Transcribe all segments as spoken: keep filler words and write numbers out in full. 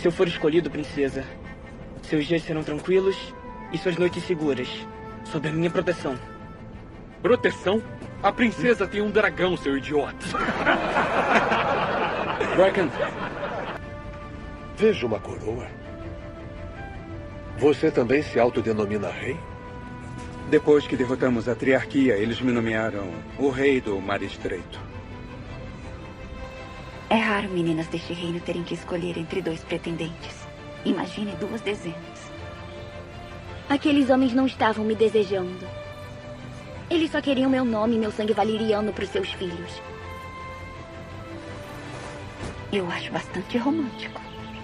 Se eu for escolhido, princesa, seus dias serão tranquilos e suas noites seguras, sob a minha proteção. Proteção? A princesa tem um dragão, seu idiota. Bracken. Veja uma coroa. Você também se autodenomina rei? Depois que derrotamos a triarquia, eles me nomearam o rei do Mar Estreito. É raro meninas deste reino terem que escolher entre dois pretendentes. Imagine duas dezenas. Aqueles homens não estavam me desejando. Eles só queriam meu nome e meu sangue valeriano para os seus filhos. Eu acho bastante romântico.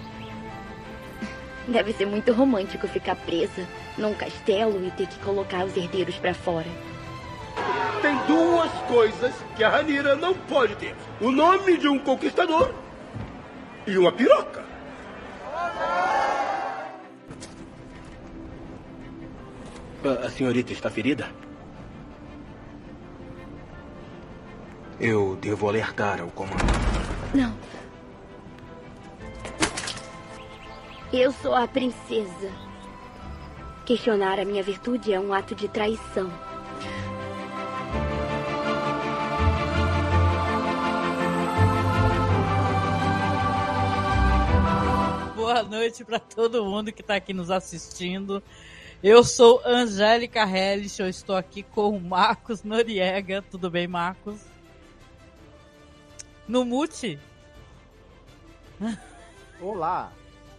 Deve ser muito romântico ficar presa num castelo e ter que colocar os herdeiros pra fora. Tem duas coisas que a Rhaenyra não pode ter: o nome de um conquistador e uma piroca. A senhorita está ferida? Eu devo alertar ao comando. Não. Eu sou a princesa. Questionar a minha virtude é um ato de traição. Boa noite para todo mundo que está aqui nos assistindo. Eu sou Angélica Hellish, eu estou aqui com o Marcos Noriega. Tudo bem, Marcos? No mute? Olá.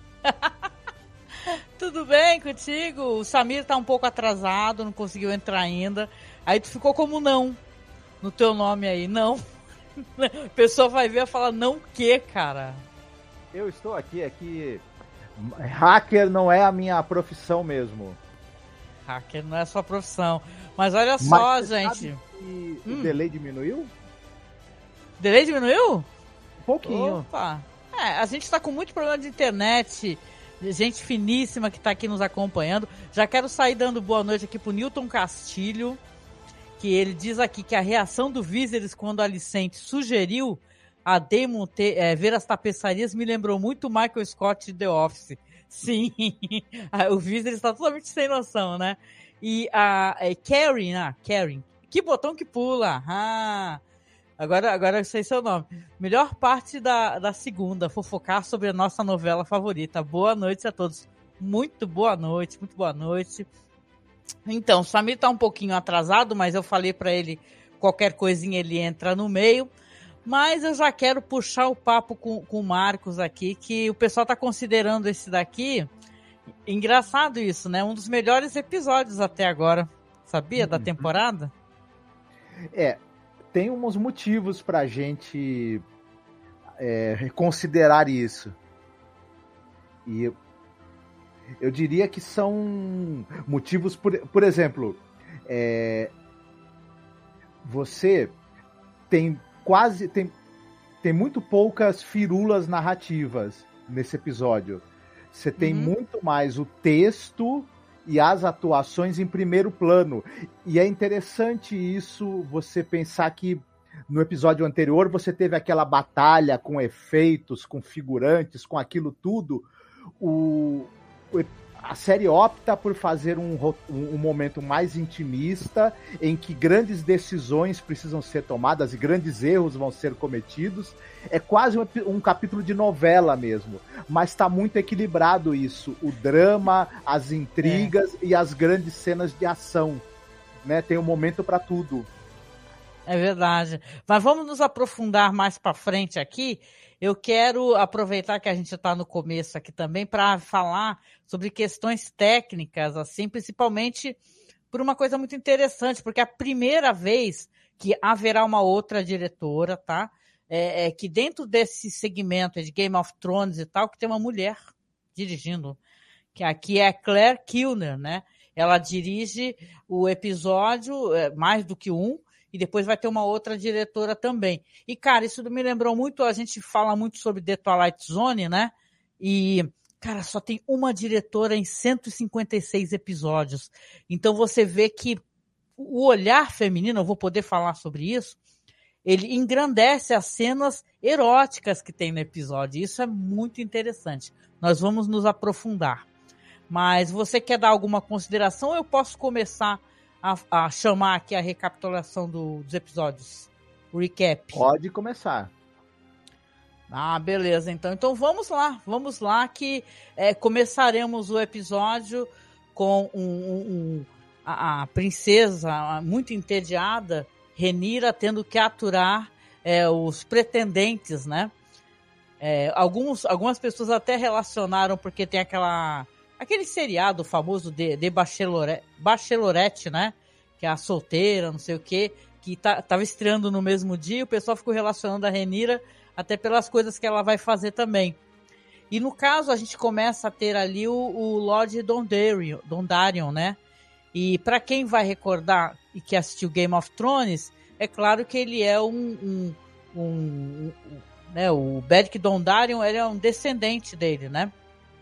Tudo bem contigo? O Samir tá um pouco atrasado, não conseguiu entrar ainda. Aí tu ficou como não no teu nome aí, não. A pessoa vai ver e falar não o quê, cara? Eu estou aqui, aqui. Hacker não é a minha profissão mesmo. Hacker não é a sua profissão. Mas olha só, Mas você gente. Sabe que hum. o delay diminuiu? Delay diminuiu? Um pouquinho. Opa. É, a gente tá com muito problema de internet. Gente finíssima que está aqui nos acompanhando. Já quero sair dando boa noite aqui pro Newton Castilho, que ele diz aqui que a reação do Viserys quando a Alicente sugeriu a Daemon ter, é, ver as tapeçarias me lembrou muito Michael Scott de The Office. Sim, o Viserys está totalmente sem noção, né? E a é, Karen, ah, Karen, que botão que pula? Ah, Agora, agora eu sei seu nome. Melhor parte da, da segunda, fofocar sobre a nossa novela favorita. Boa noite a todos. Muito boa noite, muito boa noite. Então, o Samir tá um pouquinho atrasado, mas eu falei para ele, qualquer coisinha ele entra no meio. Mas eu já quero puxar o papo com, com o Marcos aqui, que o pessoal tá considerando esse daqui. Engraçado isso, né? Um dos melhores episódios até agora. Sabia? Da temporada? É. Tem uns motivos pra gente é, considerar isso. E eu, eu diria que são motivos, por, por exemplo, é, você tem quase, tem, tem muito poucas firulas narrativas nesse episódio. Você tem uhum. muito mais o texto e as atuações em primeiro plano. E é interessante isso, você pensar que no episódio anterior você teve aquela batalha com efeitos, com figurantes, com aquilo tudo. O, a série opta por fazer um, um momento mais intimista, em que grandes decisões precisam ser tomadas e grandes erros vão ser cometidos. É quase um, um capítulo de novela mesmo, mas está muito equilibrado isso, o drama, as intrigas é. e as grandes cenas de ação, né? Tem um momento para tudo. É verdade. Mas vamos nos aprofundar mais para frente aqui. Eu quero aproveitar que a gente está no começo aqui também para falar sobre questões técnicas, assim, principalmente por uma coisa muito interessante, porque é a primeira vez que haverá uma outra diretora, tá? É, é que dentro desse segmento de Game of Thrones e tal, que tem uma mulher dirigindo, que aqui é a Claire Kilner, né? Ela dirige o episódio, é, mais do que um, e depois vai ter uma outra diretora também. E, cara, isso me lembrou muito, a gente fala muito sobre The Twilight Zone, né? E, cara, só tem uma diretora em cento e cinquenta e seis episódios. Então você vê que o olhar feminino, eu vou poder falar sobre isso, ele engrandece as cenas eróticas que tem no episódio. Isso é muito interessante. Nós vamos nos aprofundar. Mas você quer dar alguma consideração ou eu posso começar a, a chamar aqui a recapitulação do, dos episódios? O recap. Pode começar. Ah, beleza. Então, então vamos lá. Vamos lá que é, começaremos o episódio com um, um, um, a, a princesa muito entediada, Rhaenyra, tendo que aturar é, os pretendentes, né? É, alguns, algumas pessoas até relacionaram porque tem aquela... Aquele seriado famoso de, de Bachelorette, Bachelorette, né? Que é a solteira, não sei o quê, que tá, tava estreando no mesmo dia, o pessoal ficou relacionando a Rhaenyra até pelas coisas que ela vai fazer também. E no caso, a gente começa a ter ali o, o Lord Dondarrion, Dondarrion, né? E para quem vai recordar e que assistiu Game of Thrones, é claro que ele é um... um, um, um né? O Beric Dondarrion, ele é um descendente dele, né?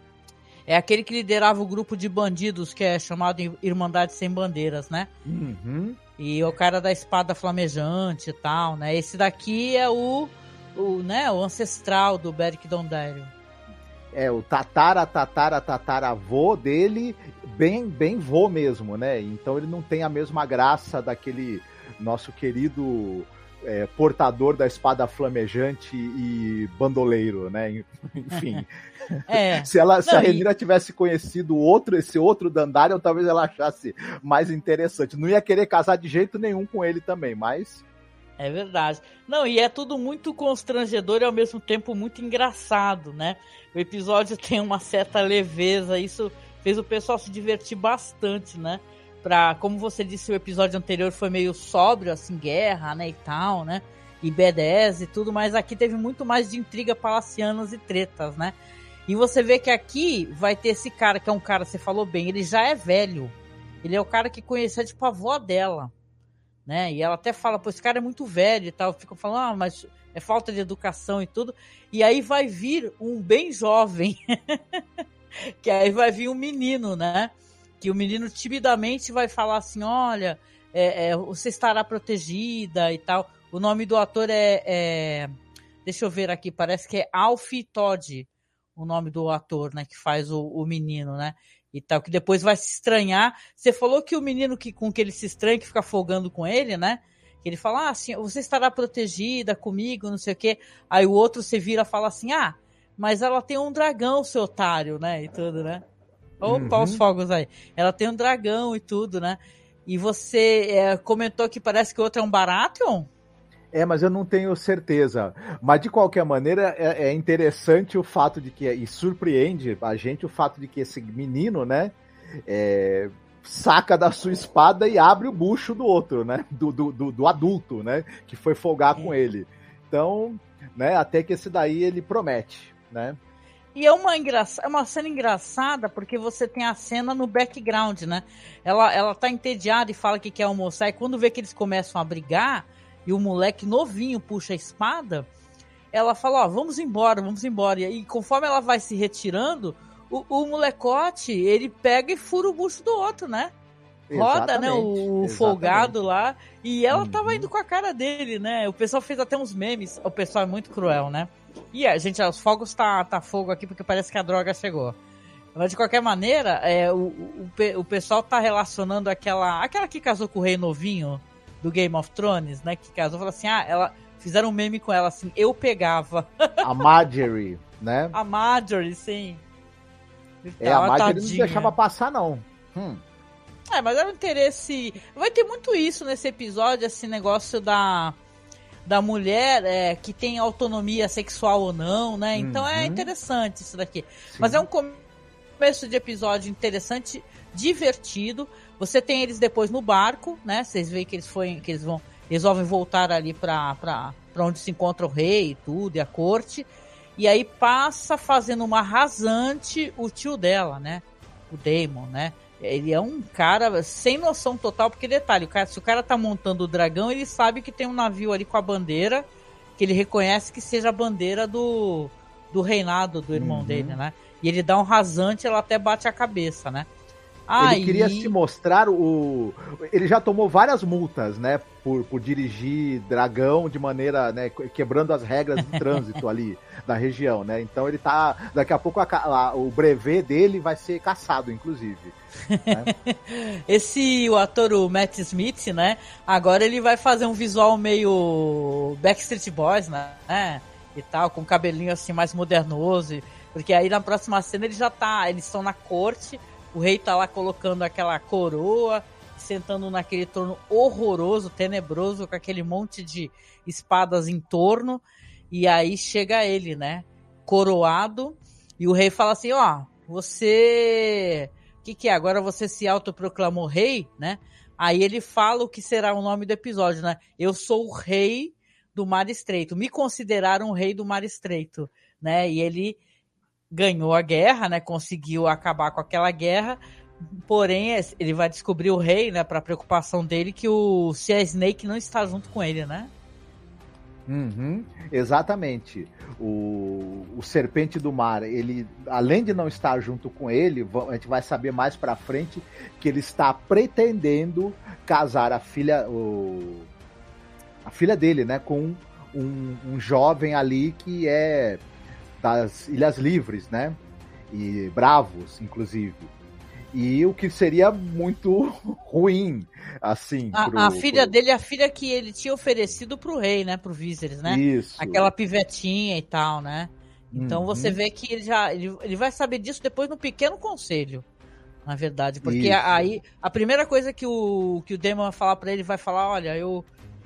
É aquele que liderava o grupo de bandidos que é chamado Irmandade Sem Bandeiras, né? Uhum. E o cara da espada flamejante e tal, né? Esse daqui é o, o, né, o ancestral do Beric Dondarrion. É, o tatara, tatara, tataravô dele, bem, bem vô mesmo, né? Então ele não tem a mesma graça daquele nosso querido... É, portador da espada flamejante e bandoleiro, né? Enfim. É. se, ela, se Não, a Rhaenyra e... tivesse conhecido outro, esse outro Dondarrion, talvez ela achasse mais interessante. Não ia querer casar de jeito nenhum com ele também, mas... É verdade. Não, e é tudo muito constrangedor e ao mesmo tempo muito engraçado, né? O episódio tem uma certa leveza, isso fez o pessoal se divertir bastante, né? Pra, como você disse, o episódio anterior foi meio sóbrio, assim, guerra, né, e tal, né, e B dez e tudo, mas aqui teve muito mais de intriga palacianas e tretas, né, e você vê que aqui vai ter esse cara, que é um cara, você falou bem, ele já é velho, ele é o cara que conhecia, tipo, a avó dela, né, e ela até fala, pô, esse cara é muito velho e tal, ficam falando, ah, mas é falta de educação e tudo, e aí vai vir um bem jovem, que aí vai vir um menino, né, que o menino timidamente vai falar assim, olha, é, é, você estará protegida e tal. O nome do ator é, é... Deixa eu ver aqui, parece que é Alfie Todd, o nome do ator, né, que faz o, o menino, né, e tal, que depois vai se estranhar. Você falou que o menino que, com que ele se estranha, que fica folgando com ele, né, que ele fala, ah, assim, você estará protegida comigo, não sei o quê. Aí o outro se vira e fala assim, ah, mas ela tem um dragão, seu otário, né, e tudo, né. Opa, uhum. Os fogos aí. Ela tem um dragão e tudo, né? E você é, comentou que parece que o outro é um Baratheon? É, mas eu não tenho certeza. Mas, de qualquer maneira, é, é interessante o fato de que... E surpreende a gente o fato de que esse menino, né? É, saca da sua espada e abre o bucho do outro, né? Do, do, do, do adulto, né? Que foi folgar é. com ele. Então, né? Até que esse daí ele promete, né? E é uma, engraç... é uma cena engraçada porque você tem a cena no background, né? Ela, ela tá entediada e fala que quer almoçar. E quando vê que eles começam a brigar e o moleque novinho puxa a espada, ela fala, ó, vamos embora, vamos embora. E conforme ela vai se retirando, o, o molecote, ele pega e fura o bucho do outro, né? Roda, exatamente, né, o exatamente. folgado lá. E ela uhum. tava indo com a cara dele, né? O pessoal fez até uns memes. O pessoal é muito cruel, né? E a gente, os fogos tá, tá fogo aqui porque parece que a droga chegou. Mas de qualquer maneira, é, o, o, o pessoal tá relacionando aquela, aquela que casou com o rei novinho do Game of Thrones, né? Que casou, falou assim, ah, ela, fizeram um meme com ela assim, eu pegava. A Marjorie, né? A Marjorie, sim. É, a Marjorie tadinha. Não deixava passar, não. Hum. É, mas era um interesse... Vai ter muito isso nesse episódio, esse negócio da... da mulher é, que tem autonomia sexual ou não, né? Então uhum. é interessante isso daqui. Sim. Mas é um começo de episódio interessante, divertido. Você tem eles depois no barco, né? Vocês veem que eles, foi, que eles vão resolvem voltar ali pra, pra, pra onde se encontra o rei e tudo, e a corte. E aí passa fazendo uma rasante o tio dela, né? O Daemon, né? Ele é um cara sem noção total, porque detalhe, o cara, se o cara tá montando o dragão, ele sabe que tem um navio ali com a bandeira, que ele reconhece que seja a bandeira do, do reinado do irmão uhum. dele, né? E ele dá um rasante, ela até bate a cabeça, né? Aí... Ele queria se mostrar o... Ele já tomou várias multas, né? Por, por dirigir dragão de maneira, né? Quebrando as regras de trânsito ali da região, né? Então ele tá... Daqui a pouco a, a, o brevet dele vai ser caçado, inclusive. Né? Esse, o ator, o Matt Smith, né? Agora ele vai fazer um visual meio Backstreet Boys, né? E tal, com cabelinho assim mais modernoso. Porque aí na próxima cena ele já tá... Eles estão na corte... O rei tá lá colocando aquela coroa, sentando naquele trono horroroso, tenebroso, com aquele monte de espadas em torno. E aí chega ele, né? Coroado. E o rei fala assim, ó, você... O que que é? Agora você se autoproclamou rei, né? Aí ele fala o que será o nome do episódio, né? Eu sou o rei do Mar Estreito. Me consideraram o rei do Mar Estreito, né? E ele... ganhou a guerra, né? Conseguiu acabar com aquela guerra, porém ele vai descobrir o rei, né? Para preocupação dele, que o Sea Snake não está junto com ele, né? Uhum, exatamente. O, o Serpente do Mar, ele, além de não estar junto com ele, a gente vai saber mais para frente que ele está pretendendo casar a filha, o, a filha dele, né? Com um, um jovem ali que é das Ilhas Livres, né? E bravos, inclusive. E o que seria muito ruim, assim. A, pro, a filha pro... dele é a filha que ele tinha oferecido pro rei, né? Pro Viserys, né? Isso. Aquela pivetinha e tal, né? Então uhum. você vê que ele já... Ele, ele vai saber disso depois no pequeno conselho, na verdade. Porque Isso. aí, a primeira coisa que o, que o Daemon vai falar pra ele, vai falar, olha, eu...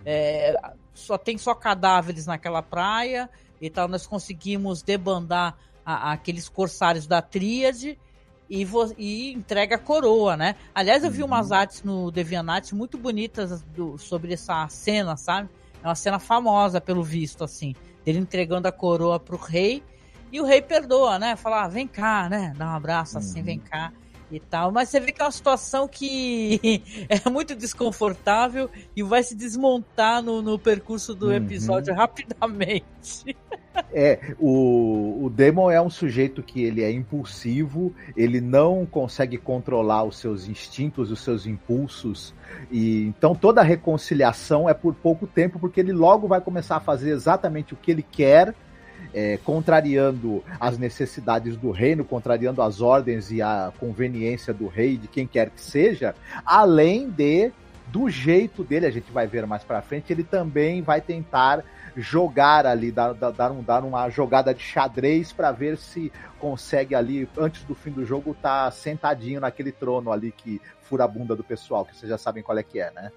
É, só tem só cadáveres naquela praia... e tal, nós conseguimos debandar a, a, aqueles corsários da Tríade e, vo, e entrega a coroa, né? Aliás, eu vi uhum. umas artes no DeviantArt muito bonitas do, sobre essa cena, sabe? É uma cena famosa, pelo visto, assim, dele entregando a coroa pro rei, e o rei perdoa, né? Fala, ah, vem cá, né? Dá um abraço assim, uhum. vem cá. E tal, mas você vê que é uma situação que é muito desconfortável e vai se desmontar no, no percurso do episódio uhum. rapidamente. É, o, o Daemon é um sujeito que ele é impulsivo, ele não consegue controlar os seus instintos, os seus impulsos, e então toda a reconciliação é por pouco tempo, porque ele logo vai começar a fazer exatamente o que ele quer, É, contrariando as necessidades do reino, contrariando as ordens e a conveniência do rei, de quem quer que seja, além de, do jeito dele, a gente vai ver mais pra frente, ele também vai tentar jogar ali, dar, dar, um, dar uma jogada de xadrez para ver se consegue ali, antes do fim do jogo, tá sentadinho naquele trono ali que fura a bunda do pessoal, que vocês já sabem qual é que é, né?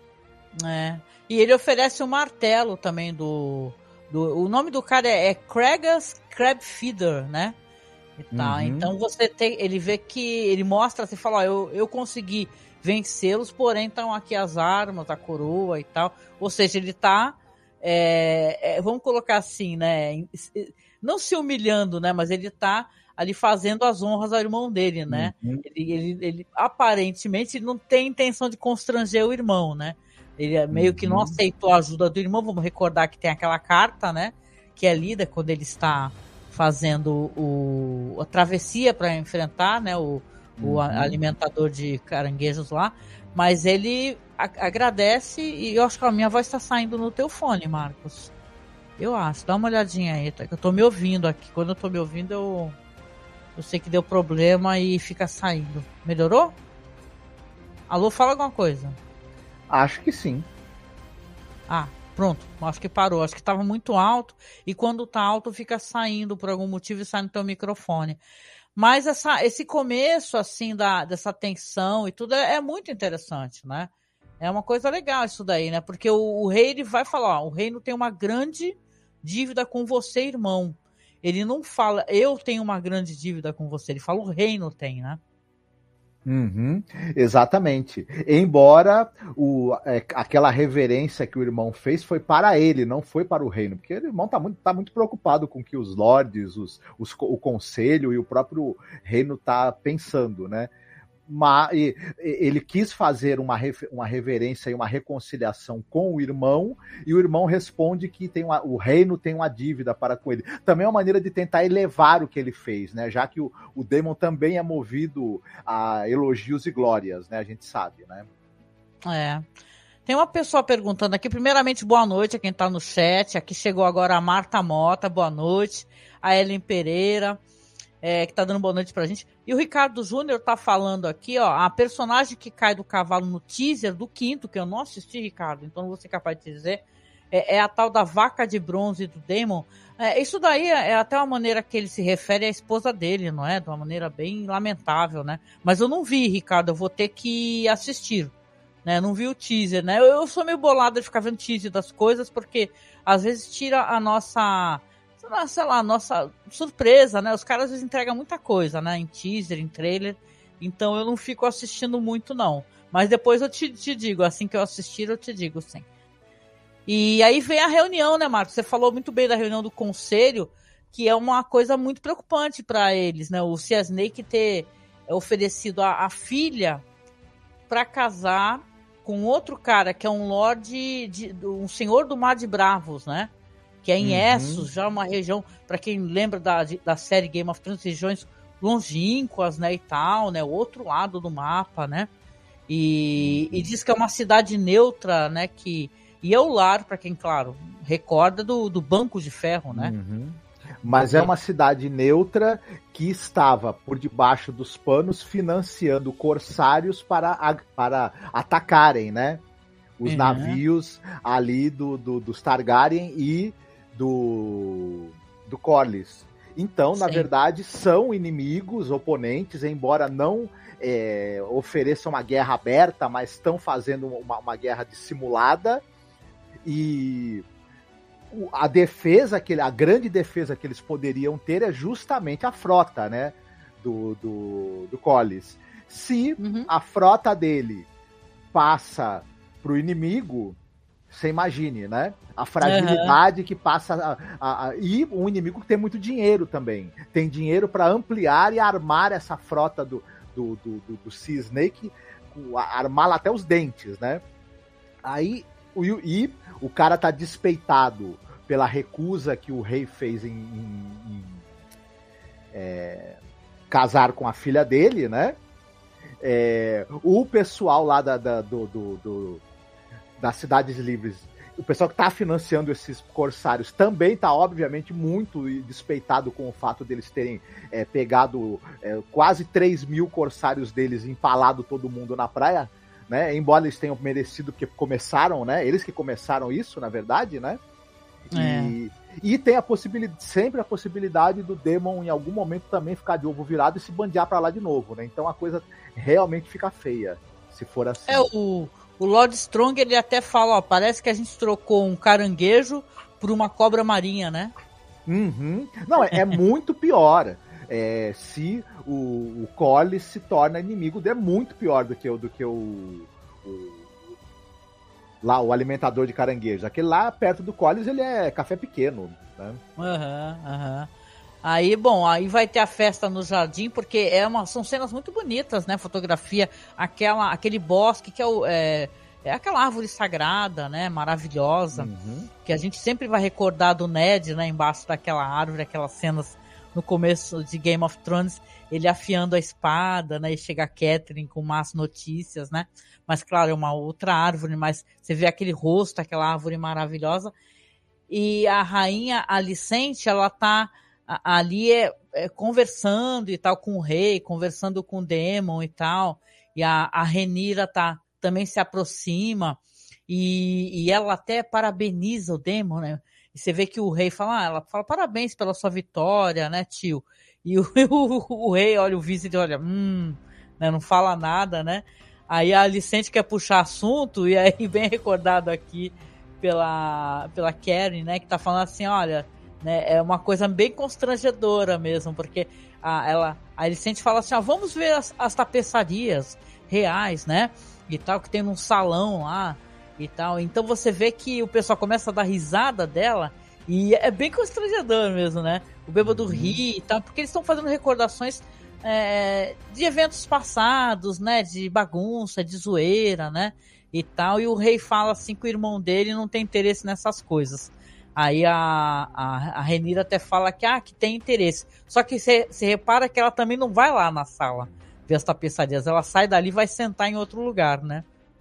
É, e ele oferece um martelo também do... Do, o nome do cara é, é Cregas Crab Feeder, né? E tá. Uhum. Então você tem. Ele vê que. Ele mostra, você fala, ó, eu, eu consegui vencê-los, porém estão aqui as armas, a coroa e tal. Ou seja, ele tá. É, é, vamos colocar assim, né? Não se humilhando, né? Mas ele tá ali fazendo as honras ao irmão dele, né? Uhum. Ele, ele, ele aparentemente ele não tem intenção de constranger o irmão, né? Ele meio que não aceitou a ajuda do irmão. Vamos recordar que tem aquela carta, né? Que é lida quando ele está fazendo o, a travessia para enfrentar, né? O, uhum. o alimentador de caranguejos lá. Mas ele a, agradece e eu acho que a minha voz está saindo no teu fone, Marcos. Eu acho. Dá uma olhadinha aí, tá? Que eu tô me ouvindo aqui. Quando eu tô me ouvindo, eu, eu sei que deu problema e fica saindo. Melhorou? Alô, fala alguma coisa. Acho que sim. Ah, pronto. Acho que parou. Acho que estava muito alto. E quando tá alto, fica saindo por algum motivo e sai no teu microfone. Mas essa, esse começo, assim, da, dessa tensão e tudo é, é muito interessante, né? É uma coisa legal isso daí, né? Porque o, o rei, ele vai falar, ó, o reino tem uma grande dívida com você, irmão. Ele não fala, eu tenho uma grande dívida com você. Ele fala, o reino tem, né? Uhum, exatamente. Embora o, é, aquela reverência que o irmão fez foi para ele, não foi para o reino, porque o irmão está muito, tá muito preocupado com o que os lords, os, os, o conselho e o próprio reino tá pensando, né? Mas ele quis fazer uma, uma reverência e uma reconciliação com o irmão, e o irmão responde que tem uma, o reino tem uma dívida para com ele. Também é uma maneira de tentar elevar o que ele fez, né? Já que o, o Daemon também é movido a elogios e glórias, né? A gente sabe, né? É. Tem uma pessoa perguntando aqui, primeiramente, boa noite a quem está no chat. Aqui chegou agora a Marta Mota, boa noite. A Ellen Pereira, é, que está dando boa noite pra gente. E o Ricardo Júnior tá falando aqui, ó, a personagem que cai do cavalo no teaser do quinto, que eu não assisti, Ricardo, então não vou ser capaz de dizer, é, é a tal da vaca de bronze do Daemon. É, isso daí é, é até uma maneira que ele se refere à esposa dele, não é? De uma maneira bem lamentável, né? Mas eu não vi, Ricardo, eu vou ter que assistir. Né, não vi o teaser, né? Eu, eu sou meio bolada de ficar vendo teaser das coisas, porque às vezes tira a nossa, sei lá, a nossa surpresa, né? Os caras às vezes entregam muita coisa, né? Em teaser, em trailer. Então eu não fico assistindo muito, não. Mas depois eu te, te digo, assim que eu assistir, eu te digo, sim. E aí vem a reunião, né, Marcos? Você falou muito bem da reunião do conselho, que é uma coisa muito preocupante para eles, né? O Sea Snake ter oferecido a, a filha para casar com outro cara, que é um lorde, de, um senhor do Mar de Bravos, né? Que é em uhum. Essos, já uma região, para quem lembra da, da série Game of Thrones, regiões longínquas, né, e tal, né? O outro lado do mapa, né? E, e diz que é uma cidade neutra, né? Que, e é o lar, para quem, claro, recorda do, do Banco de Ferro, né? Uhum. Mas é uma cidade neutra que estava por debaixo dos panos financiando corsários para, para atacarem, né? Os uhum. navios ali do, do, dos Targaryen e do, do Corlys. Então, Sim. na verdade, são inimigos, oponentes, embora não é, ofereçam uma guerra aberta, mas estão fazendo uma, uma guerra dissimulada. E a defesa, a grande defesa que eles poderiam ter é justamente a frota, né, do, do, do Corlys. Se uhum. a frota dele passa pro inimigo, você imagine, né, a fragilidade uhum. que passa, a, a, a, e um inimigo que tem muito dinheiro também, tem dinheiro para ampliar e armar essa frota do, do, do, do, do Sea Snake, armá-la até os dentes, né. Aí, o, e o cara tá despeitado pela recusa que o rei fez em, em, em é, casar com a filha dele, né? É, o pessoal lá da, da, do, do, do, das Cidades Livres, o pessoal que está financiando esses corsários também está, obviamente, muito despeitado com o fato deles terem é, pegado é, quase três mil corsários deles e empalado todo mundo na praia, né? Embora eles tenham merecido, porque começaram, né? Eles que começaram isso, na verdade, né? É. E, e tem a possibilidade, sempre a possibilidade do Daemon em algum momento também ficar de ovo virado e se bandear pra lá de novo, né? Então a coisa realmente fica feia, se for assim. É, o, o Lord Strong, ele até fala, ó, parece que a gente trocou um caranguejo por uma cobra marinha, né? Uhum. Não, é, é muito pior. É, se o, o Corlys se torna inimigo, é muito pior do que, o, do que o, o lá, o alimentador de caranguejos. Aquele lá, perto do Corlys, ele é café pequeno, né? Aham, uhum, aham. Uhum. Aí, bom, aí vai ter a festa no jardim, porque é uma, são cenas muito bonitas, né? Fotografia, aquela, aquele bosque que é, o, é, é aquela árvore sagrada, né? Maravilhosa, uhum. que a gente sempre vai recordar do Ned, né? Embaixo daquela árvore, aquelas cenas no começo de Game of Thrones, ele afiando a espada, né? E chega a Catelyn com más notícias, né? Mas, claro, é uma outra árvore, mas você vê aquele rosto, aquela árvore maravilhosa. E a rainha Alicente, ela tá ali é, é, conversando e tal com o rei, conversando com o Daemon e tal. E a, a Rhaenyra tá, também se aproxima. E, e ela até parabeniza o Daemon, né? E você vê que o rei fala, ah, ela fala parabéns pela sua vitória, né, tio? E o, o, o rei olha o Viserion, olha, hum, né, não fala nada, né? Aí a Alicente quer puxar assunto, e aí bem recordado aqui pela, pela Karen, né, que tá falando assim, olha, né, é uma coisa bem constrangedora mesmo, porque a, ela, a Alicente fala assim, ó, vamos ver as, as tapeçarias reais, né, e tal, que tem num salão lá, e tal. Então você vê que o pessoal começa a dar risada dela, e é bem constrangedor mesmo, né, o bêbado ri e tal, porque eles estão fazendo recordações é, de eventos passados, né? De bagunça, de zoeira, né? E tal. E o rei fala assim que o irmão dele não tem interesse nessas coisas. Aí a, a, a Rhaenyra até fala que, ah, que tem interesse. Só que você repara que ela também não vai lá na sala ver as tapeçarias. Ela sai dali e vai sentar em outro lugar, né?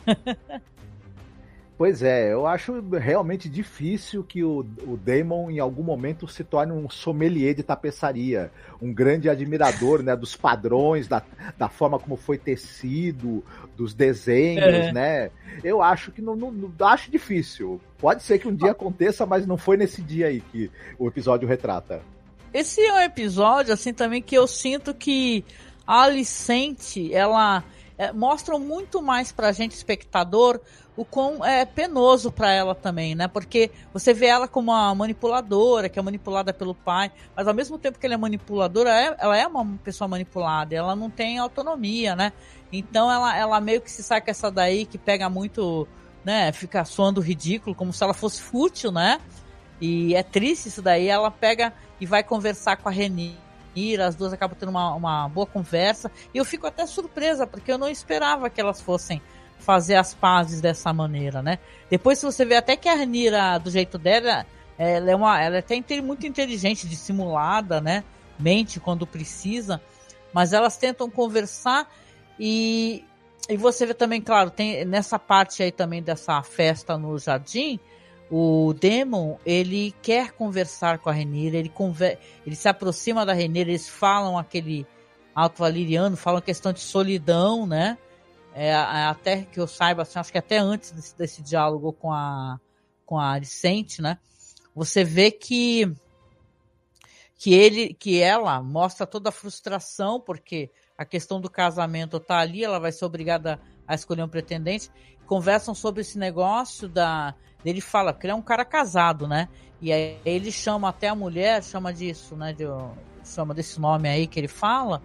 Pois é, eu acho realmente difícil que o, o Daemon em algum momento se torne um sommelier de tapeçaria, um grande admirador, né, dos padrões, da, da forma como foi tecido, dos desenhos, é. né? Eu acho que não, não, não acho difícil. Pode ser que um dia aconteça, mas não foi nesse dia aí que o episódio retrata. Esse é um episódio, assim, também que eu sinto que a Alicente, ela é, mostra muito mais pra gente, espectador, o quão é penoso para ela também, né? Porque você vê ela como uma manipuladora, que é manipulada pelo pai, mas ao mesmo tempo que ela é manipuladora, ela é uma pessoa manipulada, ela não tem autonomia, né? Então ela, ela meio que se saca essa daí, que pega muito, né? Fica soando ridículo, como se ela fosse fútil, né? E é triste isso daí. Ela pega e vai conversar com a Rhaenyra, as duas acabam tendo uma, uma boa conversa, e eu fico até surpresa, porque eu não esperava que elas fossem fazer as pazes dessa maneira, né? Depois, se você vê até que a Rhaenyra, do jeito dela, ela é, uma, ela é até muito inteligente, dissimulada, né? Mente quando precisa, mas elas tentam conversar e, e você vê também, claro, tem nessa parte aí também dessa festa no jardim, o Daemon, ele quer conversar com a Rhaenyra, ele, conver, ele se aproxima da Rhaenyra, eles falam aquele alto valeriano, falam questão de solidão, né? É, até que eu saiba, assim, acho que até antes desse, desse diálogo com a, com a Alicente, né? Você vê que, que, ele, que ela mostra toda a frustração, porque a questão do casamento tá ali, ela vai ser obrigada a escolher um pretendente. Conversam sobre esse negócio da... Ele fala que ele é um cara casado, né? E aí ele chama até a mulher, chama disso, né? De, chama desse nome aí que ele fala.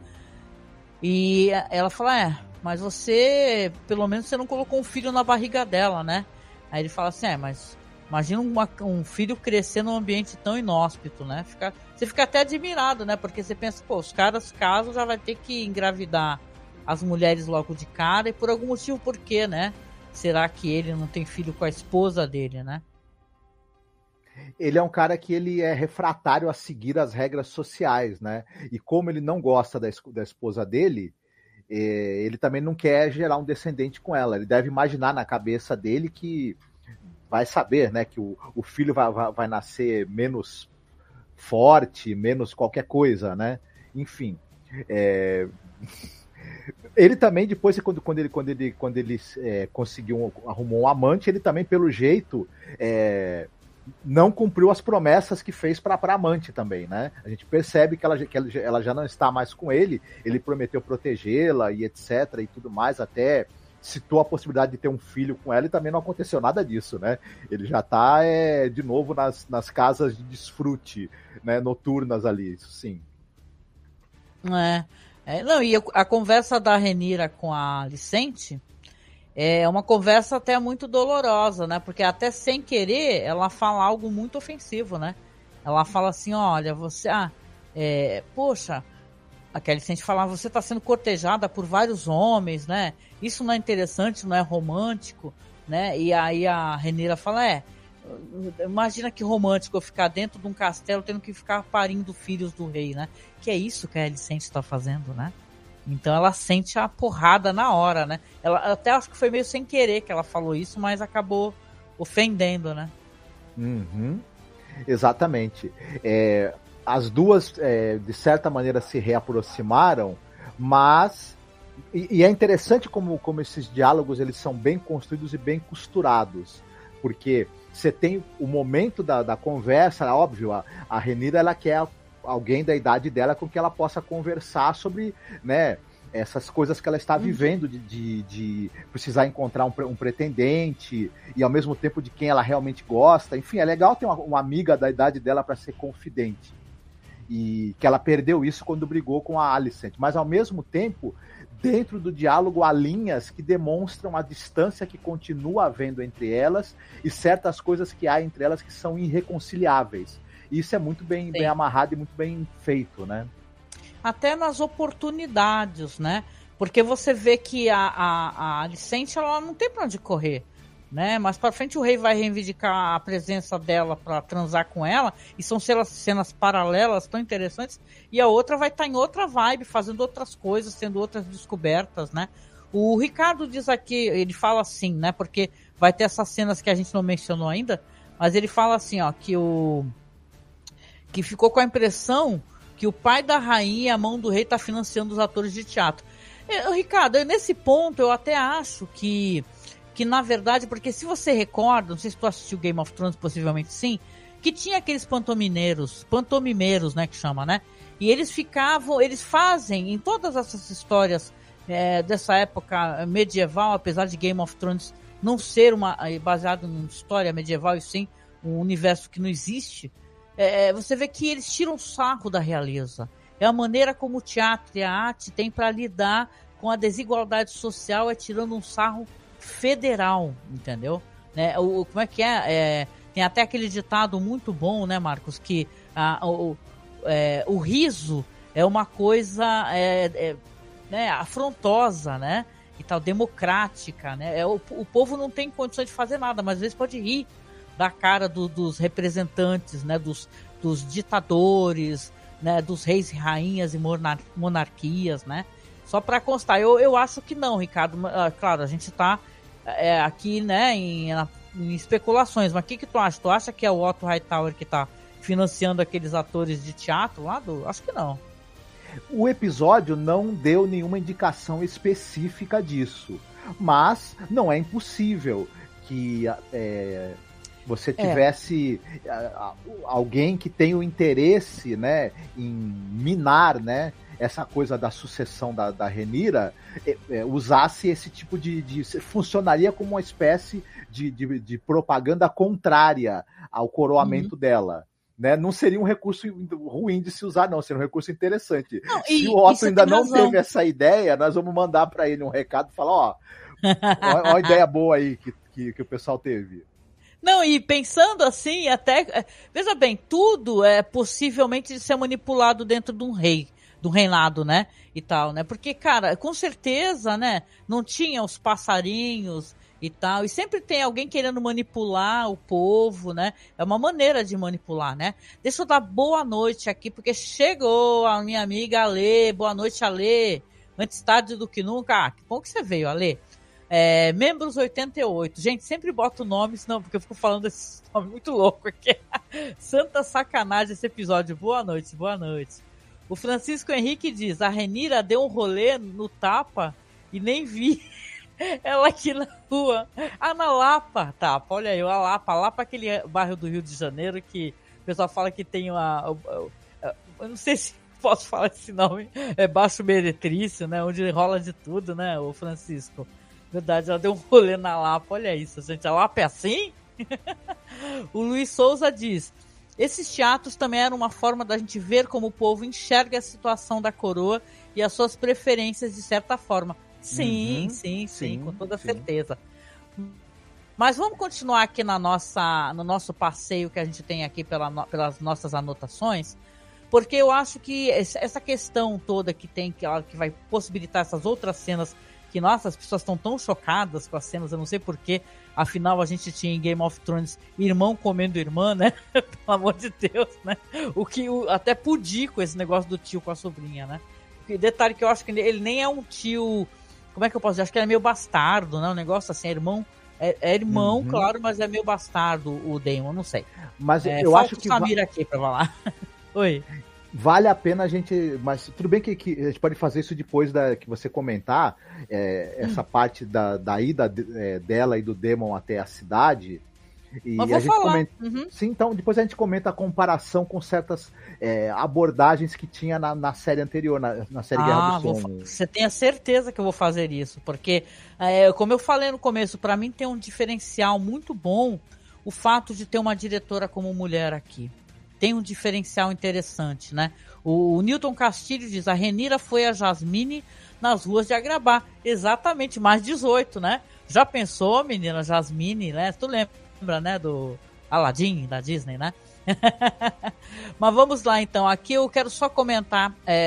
E ela fala, é... Mas você, pelo menos você não colocou um filho na barriga dela, né? Aí ele fala assim, é, mas imagina uma, um filho crescer num ambiente tão inóspito, né? Fica, você fica até admirado, né? Porque você pensa, pô, os caras casam, já vai ter que engravidar as mulheres logo de cara, e por algum motivo, por quê, né? Será que ele não tem filho com a esposa dele, né? Ele é um cara que ele é refratário a seguir as regras sociais, né? E como ele não gosta da, da esposa dele, ele também não quer gerar um descendente com ela. Ele deve imaginar na cabeça dele que vai saber, né, que o, o filho vai, vai, vai nascer menos forte, menos qualquer coisa, né? Enfim. É... Ele também, depois, quando, quando ele, quando ele, quando ele é, conseguiu, arrumou um amante, ele também, pelo jeito, é... não cumpriu as promessas que fez para a amante também, né? A gente percebe que ela, que ela já não está mais com ele, ele prometeu protegê-la e etc e tudo mais, até citou a possibilidade de ter um filho com ela e também não aconteceu nada disso, né? Ele já está é, de novo nas, nas casas de desfrute, né, noturnas ali, isso sim. É, é, não, e a conversa da Rhaenyra com a Alicente é uma conversa até muito dolorosa, né? Porque até sem querer ela fala algo muito ofensivo, né? Ela fala assim, olha, você... Ah, é, poxa, a Alicente fala, você está sendo cortejada por vários homens, né? Isso não é interessante, não é romântico, né? E aí a Rhaenyra fala, é, imagina que romântico eu ficar dentro de um castelo tendo que ficar parindo filhos do rei, né? Que é isso que a Alicente está fazendo, né? Então ela sente a porrada na hora, né? Ela até acho que foi meio sem querer que ela falou isso, mas acabou ofendendo, né? Uhum. Exatamente. É, as duas, é, de certa maneira, se reaproximaram, mas... E, e é interessante como, como esses diálogos eles são bem construídos e bem costurados. Porque você tem o momento da, da conversa, óbvio, a, a Rhaenyra, ela quer alguém da idade dela com que ela possa conversar sobre, né, essas coisas que ela está vivendo, de, de, de precisar encontrar um, um pretendente e ao mesmo tempo de quem ela realmente gosta. Enfim, é legal ter uma, uma amiga da idade dela para ser confidente. E que ela perdeu isso quando brigou com a Alicent. Mas ao mesmo tempo, dentro do diálogo há linhas que demonstram a distância que continua havendo entre elas e certas coisas que há entre elas que são irreconciliáveis. Isso é muito bem, bem amarrado e muito bem feito, né? até nas oportunidades, né? Porque você vê que a, a, a Alicente, ela não tem pra onde correr, né? Mas pra frente o rei vai reivindicar a presença dela pra transar com ela, e são cenas, cenas paralelas tão interessantes, e a outra vai estar em outra vibe, fazendo outras coisas, tendo outras descobertas, né? O Ricardo diz aqui, ele fala assim, né? Porque vai ter essas cenas que a gente não mencionou ainda, mas ele fala assim, ó, que o... que ficou com a impressão que o pai da rainha e a mão do rei tá financiando os atores de teatro. Eu, Ricardo, eu, nesse ponto eu até acho que, que na verdade, porque se você recorda, não sei se tu assistiu Game of Thrones, possivelmente sim, que tinha aqueles pantomineiros, pantomimeiros, né, que chama, né? E eles ficavam, eles fazem, em todas essas histórias é, dessa época medieval, apesar de Game of Thrones não ser uma, baseado em história medieval, e sim um universo que não existe, é, você vê que eles tiram sarro da realeza. É a maneira como o teatro e a arte têm para lidar com a desigualdade social, é tirando um sarro federal, entendeu? Né? O, como é que é? é? Tem até aquele ditado muito bom, né, Marcos? Que a, o, é, o riso é uma coisa é, é, né, afrontosa, né? E tal, democrática, né? É, o, o povo não tem condições de fazer nada, mas às vezes pode rir da cara do, dos representantes, né? Dos, dos ditadores, né, dos reis e rainhas e monar- monarquias, né? Só para constar, eu, eu acho que não, Ricardo. Ah, claro, a gente está é, aqui, né, em, em especulações, mas o que, que tu acha? Tu acha que é o Otto Hightower que está financiando aqueles atores de teatro lá? Do... Acho que não. O episódio não deu nenhuma indicação específica disso, mas não é impossível que é, você tivesse é. alguém que tenha o interesse, né, em minar, né, essa coisa da sucessão da, da Rhaenyra, é, é, usasse esse tipo de, de... funcionaria como uma espécie de, de, de propaganda contrária ao coroamento uhum. dela. Né? Não seria um recurso ruim de se usar, não. Seria um recurso interessante. Não, e, se o Otto ainda não razão. teve essa ideia, nós vamos mandar para ele um recado e falar, ó, ó, uma ideia boa aí que, que, que o pessoal teve. Não, e pensando assim, até... Veja bem, tudo é possivelmente de ser manipulado dentro de um rei, do reinado, né? E tal, né? Porque, cara, com certeza, né? Não tinha os passarinhos e tal, e sempre tem alguém querendo manipular o povo, né? É uma maneira de manipular, né? Deixa eu dar boa noite aqui, porque chegou a minha amiga Alê. Boa noite, Alê. Antes tarde do que nunca. Ah, que bom que você veio, Alê. É, membros oitenta e oito. Gente, sempre boto o nome, senão, porque eu fico falando esse nome muito louco aqui. Santa sacanagem esse episódio. Boa noite, boa noite. O Francisco Henrique diz, a Rhaenyra deu um rolê no tapa e nem vi ela aqui na rua. Ah, na Lapa, tá, olha aí, a Lapa. A Lapa é aquele bairro do Rio de Janeiro que o pessoal fala que tem uma... Eu não sei se posso falar esse nome. É Baixo Meretrício, né? Onde rola de tudo, né, o Francisco? Verdade, ela deu um rolê na Lapa. Olha isso, gente. A Lapa é assim? O Luiz Souza diz... Esses teatros também eram uma forma da gente ver como o povo enxerga a situação da coroa e as suas preferências de certa forma. Sim, uhum, sim, sim, sim, com toda sim. certeza. Mas vamos continuar aqui na nossa, no nosso passeio que a gente tem aqui pela, pelas nossas anotações, porque eu acho que essa questão toda que tem, que, que vai possibilitar essas outras cenas, que, nossa, as pessoas estão tão chocadas com as cenas, eu não sei porquê, afinal a gente tinha em Game of Thrones irmão comendo irmã, né? Pelo amor de Deus, né? O que o, até pudico esse negócio do tio com a sobrinha, né? Porque, detalhe que eu acho que ele nem é um tio, como é que eu posso dizer? Acho que ele é meio bastardo, né? Um negócio assim, é irmão, é, é irmão, uhum. claro, mas é meio bastardo o Daemon, não sei. Mas é, eu acho que... o Samir aqui pra falar. Oi. Vale a pena a gente... Mas tudo bem que, que a gente pode fazer isso depois da, que você comentar, é, essa hum. parte da, da ida é, dela e do Daemon até a cidade. E mas vou a gente falar. comenta... Uhum. Sim, então depois a gente comenta a comparação com certas é, abordagens que tinha na, na série anterior, na, na série ah, Guerra do Som. Você tem a certeza que eu vou fazer isso, porque, é, como eu falei no começo, para mim tem um diferencial muito bom o fato de ter uma diretora como mulher aqui. Tem um diferencial interessante, né? O, o Newton Castilho diz, a Rhaenyra foi a Jasmine nas ruas de Agrabah. Exatamente, mais dezoito, né? Já pensou, menina, Jasmine, né? Tu lembra, né, do Aladdin, da Disney, né? Mas vamos lá, então. Aqui eu quero só comentar, é,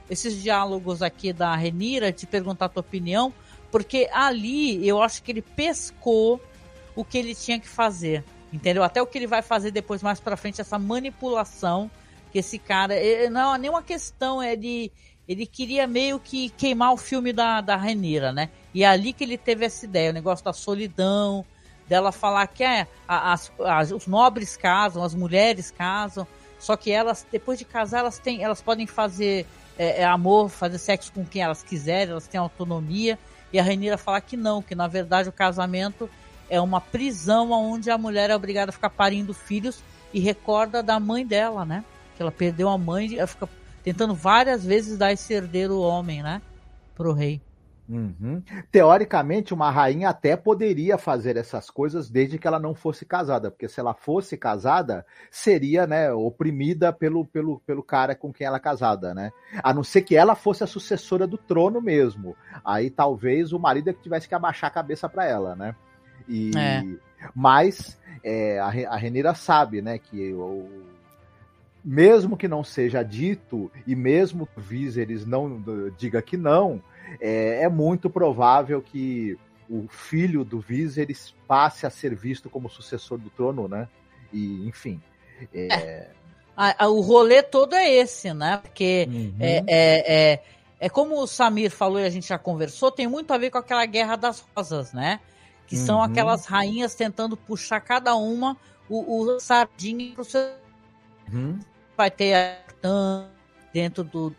esses diálogos aqui da Rhaenyra, te perguntar a tua opinião, porque ali eu acho que ele pescou o que ele tinha que fazer, entendeu? Até o que ele vai fazer depois, mais pra frente, essa manipulação que esse cara... Não é nenhuma questão, é de... Ele queria meio que queimar o filme da, da Rhaenyra, né? E é ali que ele teve essa ideia, o negócio da solidão, dela falar que é, as, as, os nobres casam, as mulheres casam, só que elas, depois de casar, elas, têm, elas podem fazer é, é, amor, fazer sexo com quem elas quiserem, elas têm autonomia. E a Rhaenyra fala que não, que na verdade o casamento é uma prisão onde a mulher é obrigada a ficar parindo filhos e recorda da mãe dela, né? Que ela perdeu a mãe, ela fica tentando várias vezes dar esse herdeiro homem, né? Pro rei. Uhum. Teoricamente, uma rainha até poderia fazer essas coisas desde que ela não fosse casada, porque se ela fosse casada, seria, né, oprimida pelo, pelo, pelo cara com quem ela é casada, né? A não ser que ela fosse a sucessora do trono mesmo. Aí talvez o marido é que tivesse que abaixar a cabeça para ela, né? E, é. Mas é, a, a Rhaenyra sabe, né, que o, mesmo que não seja dito e mesmo que o Viserys não diga que não, É, é muito provável que o filho do Viserys passe a ser visto como sucessor do trono, né? E, enfim... É... É. A, a, o rolê todo é esse, né? Porque uhum. é, é, é, é como o Samir falou e a gente já conversou, tem muito a ver com aquela Guerra das Rosas, né? Que uhum. são aquelas rainhas tentando puxar cada uma o, o sardinha pro seu... Uhum. Vai ter a dentro do...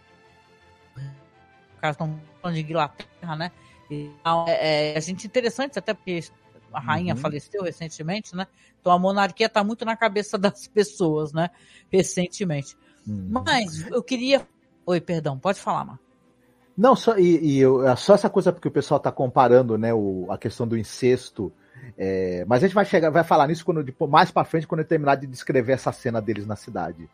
caso não falando de Inglaterra, né? Então, é, é, a gente interessante, até porque a rainha uhum. faleceu recentemente, né? Então a monarquia está muito na cabeça das pessoas, né? Recentemente. Uhum. Mas eu queria... Oi, perdão, pode falar, Marco. Não, só, e, e eu, só essa coisa porque o pessoal está comparando, né, o, a questão do incesto. É, mas a gente vai, chegar, vai falar nisso quando, mais para frente, quando eu terminar de descrever essa cena deles na cidade.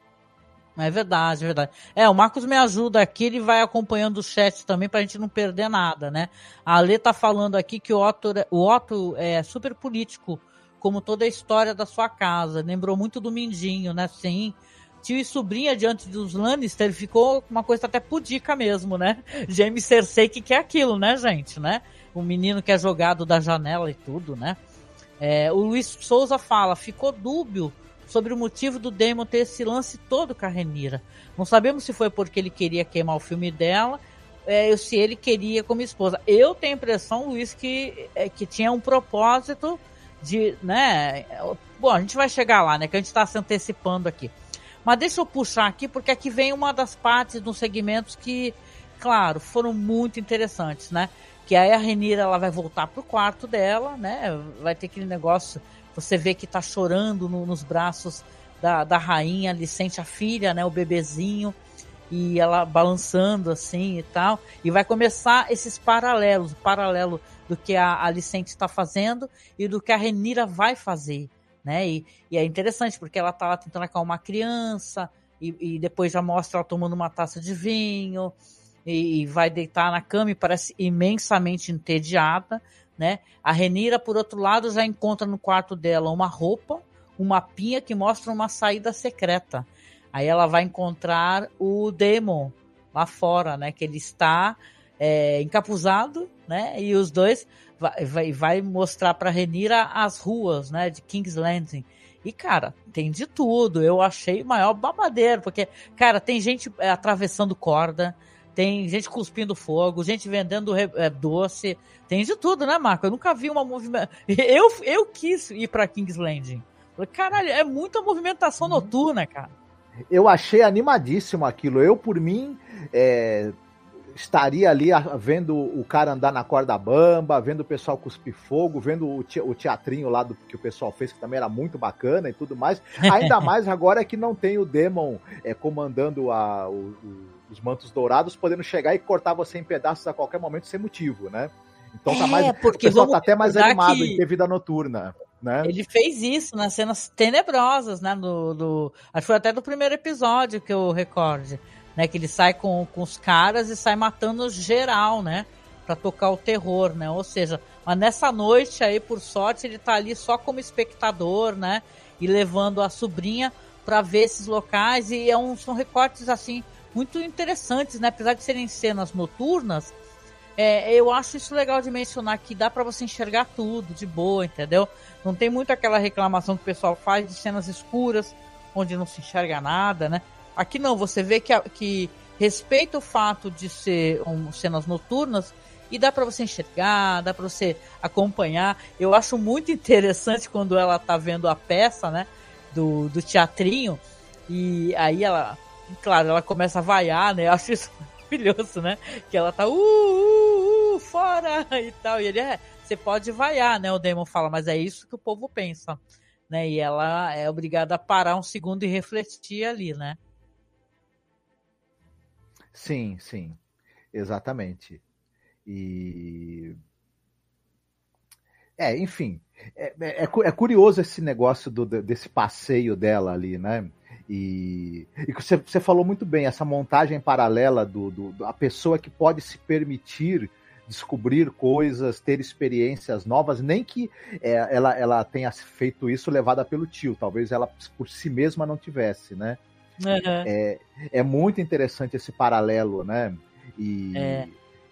É verdade, é verdade. É, o Marcos me ajuda aqui, ele vai acompanhando o chat também pra gente não perder nada, né? A Alê tá falando aqui que o Otto, o Otto é super político, como toda a história da sua casa. Lembrou muito do Mindinho, né? Sim. Tio e sobrinha diante dos Lannister ficou uma coisa até pudica mesmo, né? Jaime Cersei, que que é aquilo, né, gente, né? O menino que é jogado da janela e tudo, né? É, o Luiz Souza fala, ficou dúbio sobre o motivo do Daemon ter esse lance todo com a Rhaenyra. Não sabemos se foi porque ele queria queimar o filme dela, é, ou se ele queria como esposa. Eu tenho a impressão, Luiz, que, é, que tinha um propósito de, né... Bom, a gente vai chegar lá, né, que a gente está se antecipando aqui. Mas deixa eu puxar aqui, porque aqui vem uma das partes dos segmentos que, claro, foram muito interessantes, né? Que aí a Rhaenyra, ela vai voltar pro quarto dela, né? Vai ter aquele negócio... Você vê que tá chorando no, nos braços da, da rainha, ali sente a filha, né, o bebezinho, e ela balançando assim e tal. E vai começar esses paralelos, o paralelo do que a Alicente está fazendo e do que a Rhaenyra vai fazer, né? E, e é interessante, porque ela tá lá tentando acalmar a criança, e, e depois já mostra ela tomando uma taça de vinho, e, e vai deitar na cama e parece imensamente entediada, né? A Rhaenyra, por outro lado, já encontra no quarto dela uma roupa, um mapinha que mostra uma saída secreta. Aí ela vai encontrar o Daemon lá fora, né? Que ele está é, encapuzado, né? E os dois vai, vai, vai mostrar para Rhaenyra as ruas, né? De King's Landing. E, cara, tem de tudo. Eu achei o maior babadeiro, porque, cara, tem gente é, atravessando corda, tem gente cuspindo fogo, gente vendendo é, doce, tem de tudo, né, Marco? Eu nunca vi uma movimentação... Eu, eu quis ir pra King's Landing. Caralho, é muita movimentação noturna, cara. Eu achei animadíssimo aquilo. Eu, por mim, é, estaria ali vendo o cara andar na corda bamba, vendo o pessoal cuspir fogo, vendo o teatrinho lá do, que o pessoal fez, que também era muito bacana e tudo mais. Ainda mais agora que não tem o Daemon é, comandando a, o, o, os mantos dourados, podendo chegar e cortar você em pedaços a qualquer momento sem motivo, né? Então tá mais, é, porque o pessoal tá até mais animado que... em ter vida noturna. Né? Ele fez isso nas cenas tenebrosas, né? Do, do, acho que foi até do primeiro episódio que eu recorde, né? Que ele sai com, com os caras e sai matando geral, né? Pra tocar o terror, né? Ou seja, mas nessa noite aí, por sorte, ele tá ali só como espectador, né? E levando a sobrinha pra ver esses locais. E é um, são recortes, assim, muito interessantes, né? Apesar de serem cenas noturnas, é, eu acho isso legal de mencionar, que dá pra você enxergar tudo de boa, entendeu? Não tem muito aquela reclamação que o pessoal faz de cenas escuras, onde não se enxerga nada, né? Aqui não, você vê que, que respeita o fato de ser um, cenas noturnas e dá pra você enxergar, dá pra você acompanhar. Eu acho muito interessante quando ela tá vendo a peça, né, do, do teatrinho, e aí ela, claro, ela começa a vaiar, né? Eu acho isso maravilhoso, né? Que ela tá, uh, uh, uh, fora e tal, e ele, é, você pode vaiar, né? O Daemon fala, mas é isso que o povo pensa, né? E ela é obrigada a parar um segundo e refletir ali, né? Sim, sim, exatamente. E é, enfim, é, é, é curioso esse negócio do, desse passeio dela ali, né? E, e você, você falou muito bem, essa montagem paralela do, do a pessoa que pode se permitir descobrir coisas, ter experiências novas, nem que é, ela, ela tenha feito isso levada pelo tio, talvez ela por si mesma não tivesse, né? Uhum. É, é muito interessante esse paralelo, né? E... É.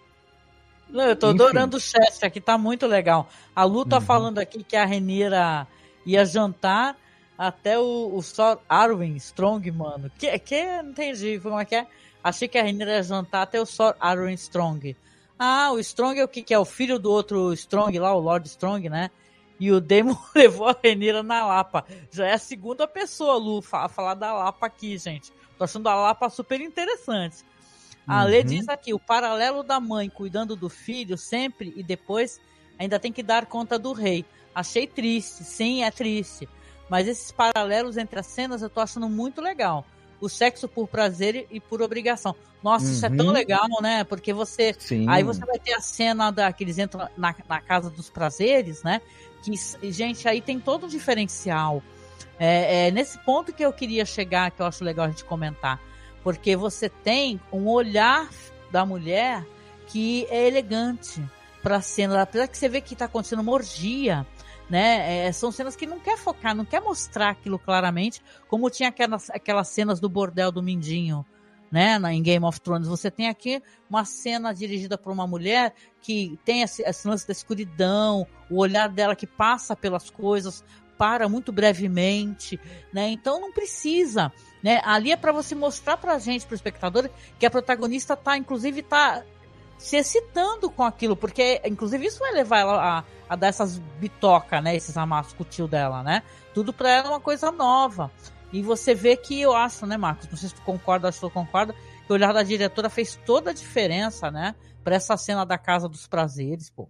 Não, eu tô Enfim. adorando o chat aqui, tá muito legal. A Lu tá uhum. falando aqui que a Rhaenyra ia jantar até o, o Sir Arwen Strong, mano. Que, que não entendi como é que é. Achei que a Rhaenyra ia jantar até o Sir Arwen Strong. Ah, o Strong é o que que é? O filho do outro Strong lá, o Lord Strong, né? E o Daemon levou a Rhaenyra na Lapa. Já é a segunda pessoa, Lu, a falar da Lapa aqui, gente. Tô achando a Lapa super interessante. A uhum. Lê diz aqui, o paralelo da mãe cuidando do filho sempre e depois ainda tem que dar conta do rei. Achei triste, sim, é triste. Mas esses paralelos entre as cenas eu tô achando muito legal. O sexo por prazer e por obrigação. Nossa, uhum. isso é tão legal, né? Porque você... Sim. Aí você vai ter a cena da, que eles entram na, na casa dos prazeres, né? Que, gente, aí tem todo um diferencial. É, é nesse ponto que eu queria chegar, que eu acho legal a gente comentar. Porque você tem um olhar da mulher que é elegante para a cena. Apesar que você vê que está acontecendo uma orgia, né? É, são cenas que não quer focar, não quer mostrar aquilo claramente, como tinha aquelas, aquelas cenas do bordel do Mindinho, né? Na, em Game of Thrones. Você tem aqui uma cena dirigida por uma mulher que tem esse, esse lance da escuridão, o olhar dela que passa pelas coisas, para muito brevemente, né? Então não precisa, né? Ali é para você mostrar pra gente, pro espectador, que a protagonista tá, inclusive, tá se excitando com aquilo, porque, inclusive, isso vai levar ela a, a dar essas bitocas, né? Esses amassos com o tio dela, né? Tudo pra ela é uma coisa nova. E você vê que, eu acho, né, Marcos? Não sei se tu concorda, acho que tu concorda, que o olhar da diretora fez toda a diferença, né? Pra essa cena da Casa dos Prazeres, pô.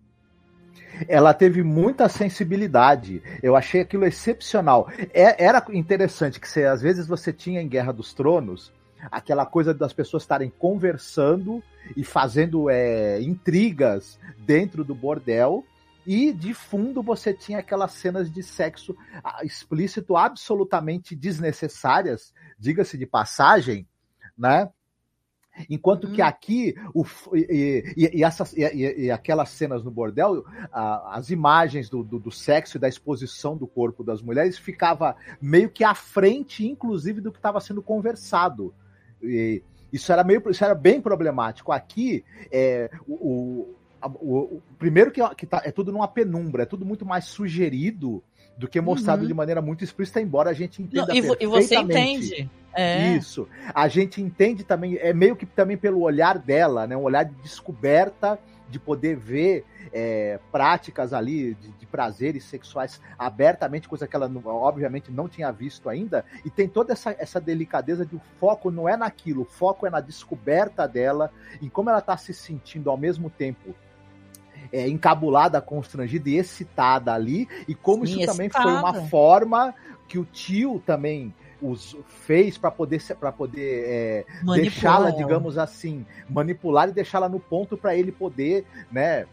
Ela teve muita sensibilidade. Eu achei aquilo excepcional. É, era interessante que você, às vezes você tinha em Guerra dos Tronos aquela coisa das pessoas estarem conversando e fazendo é, intrigas dentro do bordel, e de fundo você tinha aquelas cenas de sexo explícito absolutamente desnecessárias, diga-se de passagem, né? Enquanto que aqui, o, e, e, e, essas, e, e aquelas cenas no bordel, a, as imagens do, do, do sexo e da exposição do corpo das mulheres ficava meio que à frente, inclusive, do que estava sendo conversado. E isso era, meio, isso era bem problemático. Aqui, é, o, o, o, o primeiro que, que tá, é tudo numa penumbra, é tudo muito mais sugerido do que mostrado uhum. de maneira muito explícita, embora a gente entenda Não, e, perfeitamente. E você entende. É. Isso. A gente entende também, é meio que também pelo olhar dela, né? Um olhar de descoberta, de poder ver é, práticas ali de, de prazeres sexuais abertamente, coisa que ela obviamente não tinha visto ainda, e tem toda essa, essa delicadeza de o foco não é naquilo, o foco é na descoberta dela, em como ela está se sentindo ao mesmo tempo É, encabulada, constrangida e excitada ali, e como Sim, isso também excitada. Foi uma forma que o tio também os fez para poder, pra poder é, deixá-la, digamos assim, manipular e deixá-la no ponto para ele poder, né,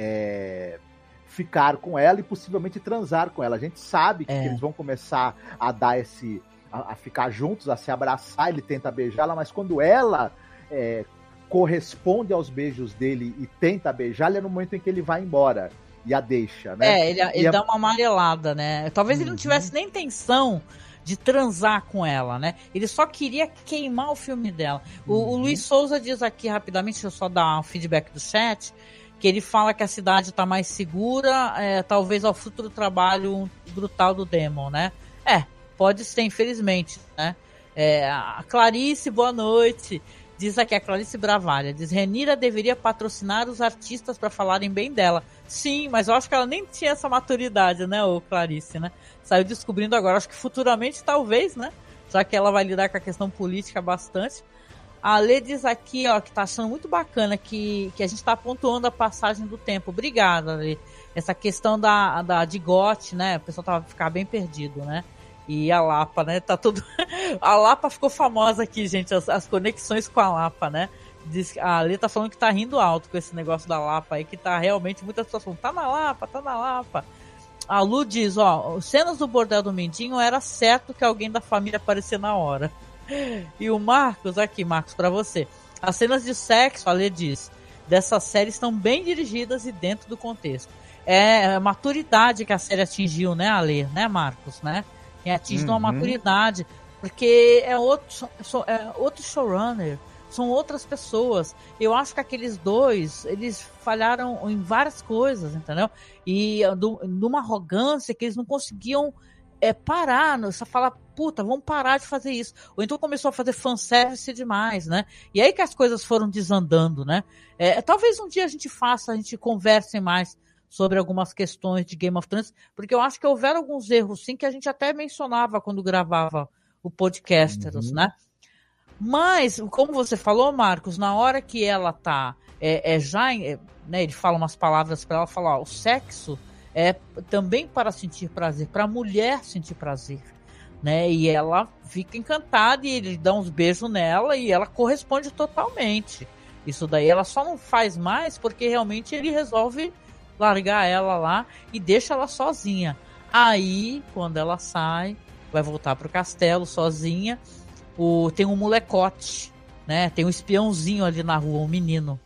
é, ficar com ela e possivelmente transar com ela. A gente sabe que, é. que eles vão começar a dar esse, a, a ficar juntos, a se abraçar, ele tenta beijá-la, mas quando ela é, corresponde aos beijos dele e tenta beijá-la, é no momento em que ele vai embora e a deixa, né? É, ele, ele dá a... uma amarelada, né? Talvez uhum. ele não tivesse nem intenção de transar com ela, né? Ele só queria queimar o filme dela. O, uhum. o Luiz Souza diz aqui rapidamente, deixa eu só dar um feedback do chat, que ele fala que a cidade está mais segura, é, talvez ao futuro trabalho brutal do Demon, né? É, pode ser, infelizmente, né? É, a Clarice, boa noite. Diz aqui a Clarice Bravalha, diz, Rhaenyra deveria patrocinar os artistas para falarem bem dela. Sim, mas eu acho que ela nem tinha essa maturidade, né, ô Clarice, né? Saiu descobrindo agora, acho que futuramente talvez, né? Já que ela vai lidar com a questão política bastante. A Lê diz aqui, ó, que tá achando muito bacana que, que a gente tá pontuando a passagem do tempo. Obrigada, Lê. Essa questão da, da de G O T, né? O pessoal tava ficar bem perdido, né? E a Lapa, né? Tá tudo. A Lapa ficou famosa aqui, gente. As, as conexões com a Lapa, né? Diz, a Lê tá falando que tá rindo alto com esse negócio da Lapa aí, que tá realmente muitas pessoas falando, tá na Lapa, tá na Lapa. A Lu diz, ó, cenas do bordel do Mindinho era certo que alguém da família aparecer na hora. E o Marcos, aqui, Marcos, pra você. As cenas de sexo, a Lê diz, dessa série estão bem dirigidas e dentro do contexto. É a maturidade que a série atingiu, né, a Lê, né, Marcos, né? É atingido uhum. uma maturidade, porque é outro, é outro showrunner, são outras pessoas. Eu acho que aqueles dois, eles falharam em várias coisas, entendeu? E do, numa arrogância que eles não conseguiam é, parar, só falar, puta, vamos parar de fazer isso. Ou então começou a fazer fanservice demais, né? E aí que as coisas foram desandando, né? É, talvez um dia a gente faça, a gente converse mais sobre algumas questões de Game of Thrones, porque eu acho que houveram alguns erros, sim, que a gente até mencionava quando gravava o Podcasteros, uhum. né? Mas, como você falou, Marcos, na hora que ela tá, é, é já, é, né, ele fala umas palavras para ela, falar, ó, o sexo é também para sentir prazer, para a mulher sentir prazer, né? E ela fica encantada e ele dá uns beijos nela e ela corresponde totalmente. Isso daí ela só não faz mais porque realmente ele resolve largar ela lá e deixa ela sozinha. Aí, quando ela sai, vai voltar pro castelo sozinha, o, tem um molecote, né? Tem um espiãozinho ali na rua, um menino.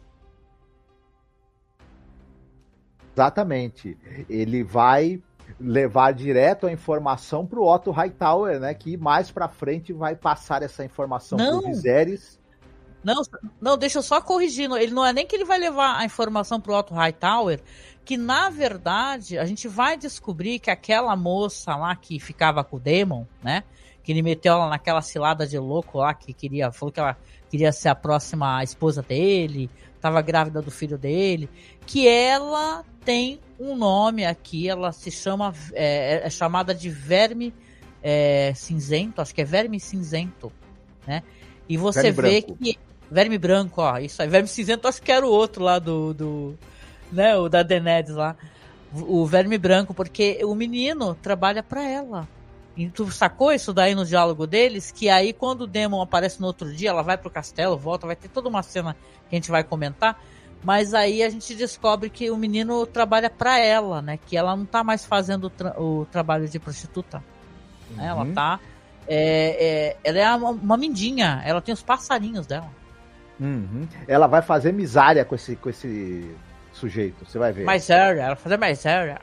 Exatamente. Ele vai levar direto a informação pro Otto Hightower, né? Que mais pra frente vai passar essa informação não. pro Viserys. Não, não, deixa eu só corrigindo. Ele não é nem que ele vai levar a informação pro Otto Hightower, que na verdade a gente vai descobrir que aquela moça lá que ficava com o Daemon, né? Que ele meteu ela naquela cilada de louco lá, que queria, falou que ela queria ser a próxima esposa dele, tava grávida do filho dele, que ela tem um nome aqui, ela se chama, é, é chamada de Verme é, Cinzento, acho que é Verme Cinzento, né? E você Verme vê branco. que Verme Branco, ó, isso aí, Verme Cinzento, acho que era o outro lá do, do né, o da Daenerys lá, o Verme Branco, porque o menino trabalha pra ela. E tu sacou isso daí no diálogo deles? Que aí quando o Daemon aparece no outro dia, ela vai pro castelo, volta, vai ter toda uma cena que a gente vai comentar, mas aí a gente descobre que o menino trabalha pra ela, né? Que ela não tá mais fazendo o, tra- o trabalho de prostituta. Uhum. Né? Ela tá... É, é, ela é uma, uma mindinha, ela tem os passarinhos dela. Uhum. Ela vai fazer miséria com esse, com esse sujeito, você vai ver. Miséria, ela vai fazer miséria.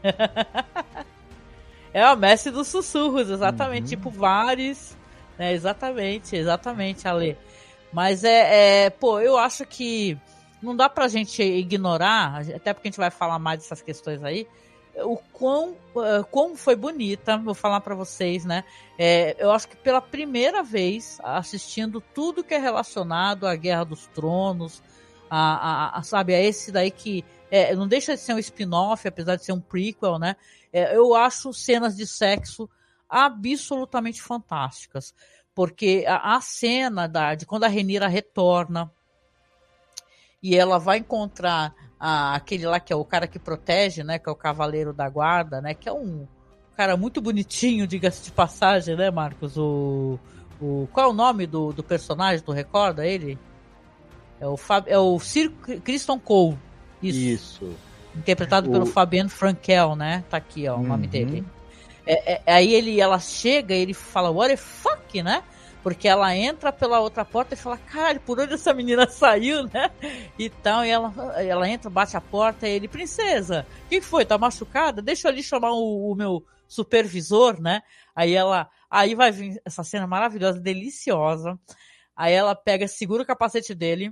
É o mestre dos sussurros, exatamente, uhum. Tipo Varys, né? Exatamente, exatamente, Ale. Mas é, é, pô, eu acho que não dá pra gente ignorar, até porque a gente vai falar mais dessas questões aí, o quão, uh, quão foi bonita, vou falar pra vocês, né? É, eu acho que pela primeira vez, assistindo tudo que é relacionado à Guerra dos Tronos, a, a, a sabe, a esse daí que é, não deixa de ser um spin-off, apesar de ser um prequel, né? É, eu acho cenas de sexo absolutamente fantásticas, porque a, a cena da, de quando a Rhaenyra retorna e ela vai encontrar a, aquele lá que é o cara que protege, né, que é o cavaleiro da guarda, né, que é um cara muito bonitinho, diga-se de passagem, né, Marcos? O, o, qual é o nome do, do personagem, tu recorda ele? É o, Fab, é o Sir Criston Cole. Isso. Isso. Interpretado o... pelo Fabiano Frankel, né? Tá aqui, ó, o uhum. nome dele. É, é, aí ele, ela chega e ele fala, what the fuck, né? Porque ela entra pela outra porta e fala, caralho, por onde essa menina saiu, né? E tal, e ela, ela entra, bate a porta e ele, princesa, o que foi? Tá machucada? Deixa eu ali chamar o, o meu supervisor, né? Aí ela, aí vai vir essa cena maravilhosa, deliciosa. Aí ela pega, segura o capacete dele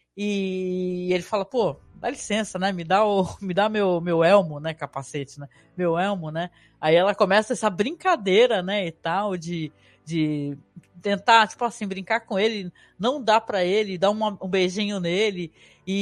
e ele fala, pô, dá licença, né? Me dá o, me dá meu, meu elmo, né? Capacete, né? Meu elmo, né? Aí ela começa essa brincadeira, né? E tal, de, de tentar, tipo assim, brincar com ele, não dá pra ele, dá uma, um beijinho nele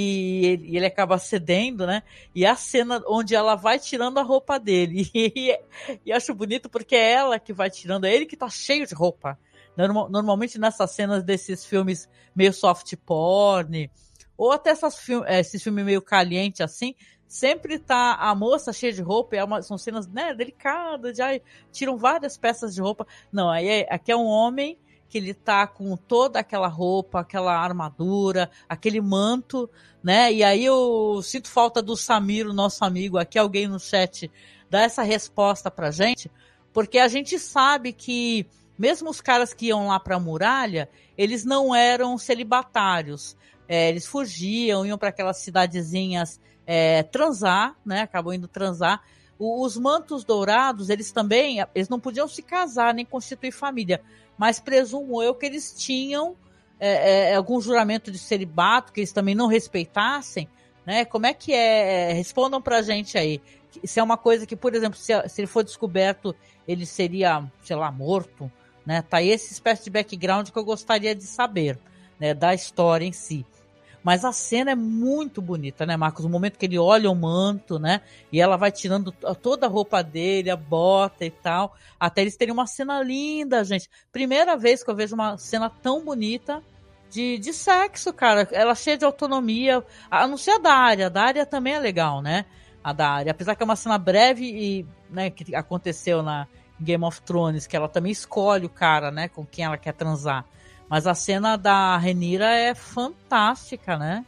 e ele, ele acaba cedendo, né? E a cena onde ela vai tirando a roupa dele. E, e acho bonito porque é ela que vai tirando, é ele que tá cheio de roupa. Normalmente nessas cenas desses filmes meio soft porn, ou até essas film, esses filmes meio caliente assim, sempre tá a moça cheia de roupa, e é uma, são cenas, né, delicadas, já tiram várias peças de roupa. Não, aí é, aqui é um homem que ele tá com toda aquela roupa, aquela armadura, aquele manto, né, e aí eu sinto falta do Samir, o nosso amigo, aqui alguém no chat dá essa resposta pra gente, porque a gente sabe que mesmo os caras que iam lá pra muralha, eles não eram celibatários. É, eles fugiam, iam para aquelas cidadezinhas é, transar, né? Acabam indo transar. O, os mantos dourados, eles também, eles não podiam se casar, nem constituir família. Mas presumo eu que eles tinham é, é, algum juramento de celibato, que eles também não respeitassem, né? Como é que é? Respondam pra gente aí. Se é uma coisa que, por exemplo, se, se ele for descoberto, ele seria, sei lá, morto, né? Tá aí essa espécie de background que eu gostaria de saber, né? Da história em si. Mas a cena é muito bonita, né, Marcos? O momento que ele olha o manto, né? E ela vai tirando toda a roupa dele, a bota e tal. Até eles terem uma cena linda, gente. Primeira vez que eu vejo uma cena tão bonita de, de sexo, cara. Ela cheia de autonomia. A não ser a da Arya. A da Arya também é legal, né? A da Arya. Apesar que é uma cena breve e, né, que aconteceu na Game of Thrones, que ela também escolhe o cara, né? Com quem ela quer transar. Mas a cena da Rhaenyra é fantástica, né?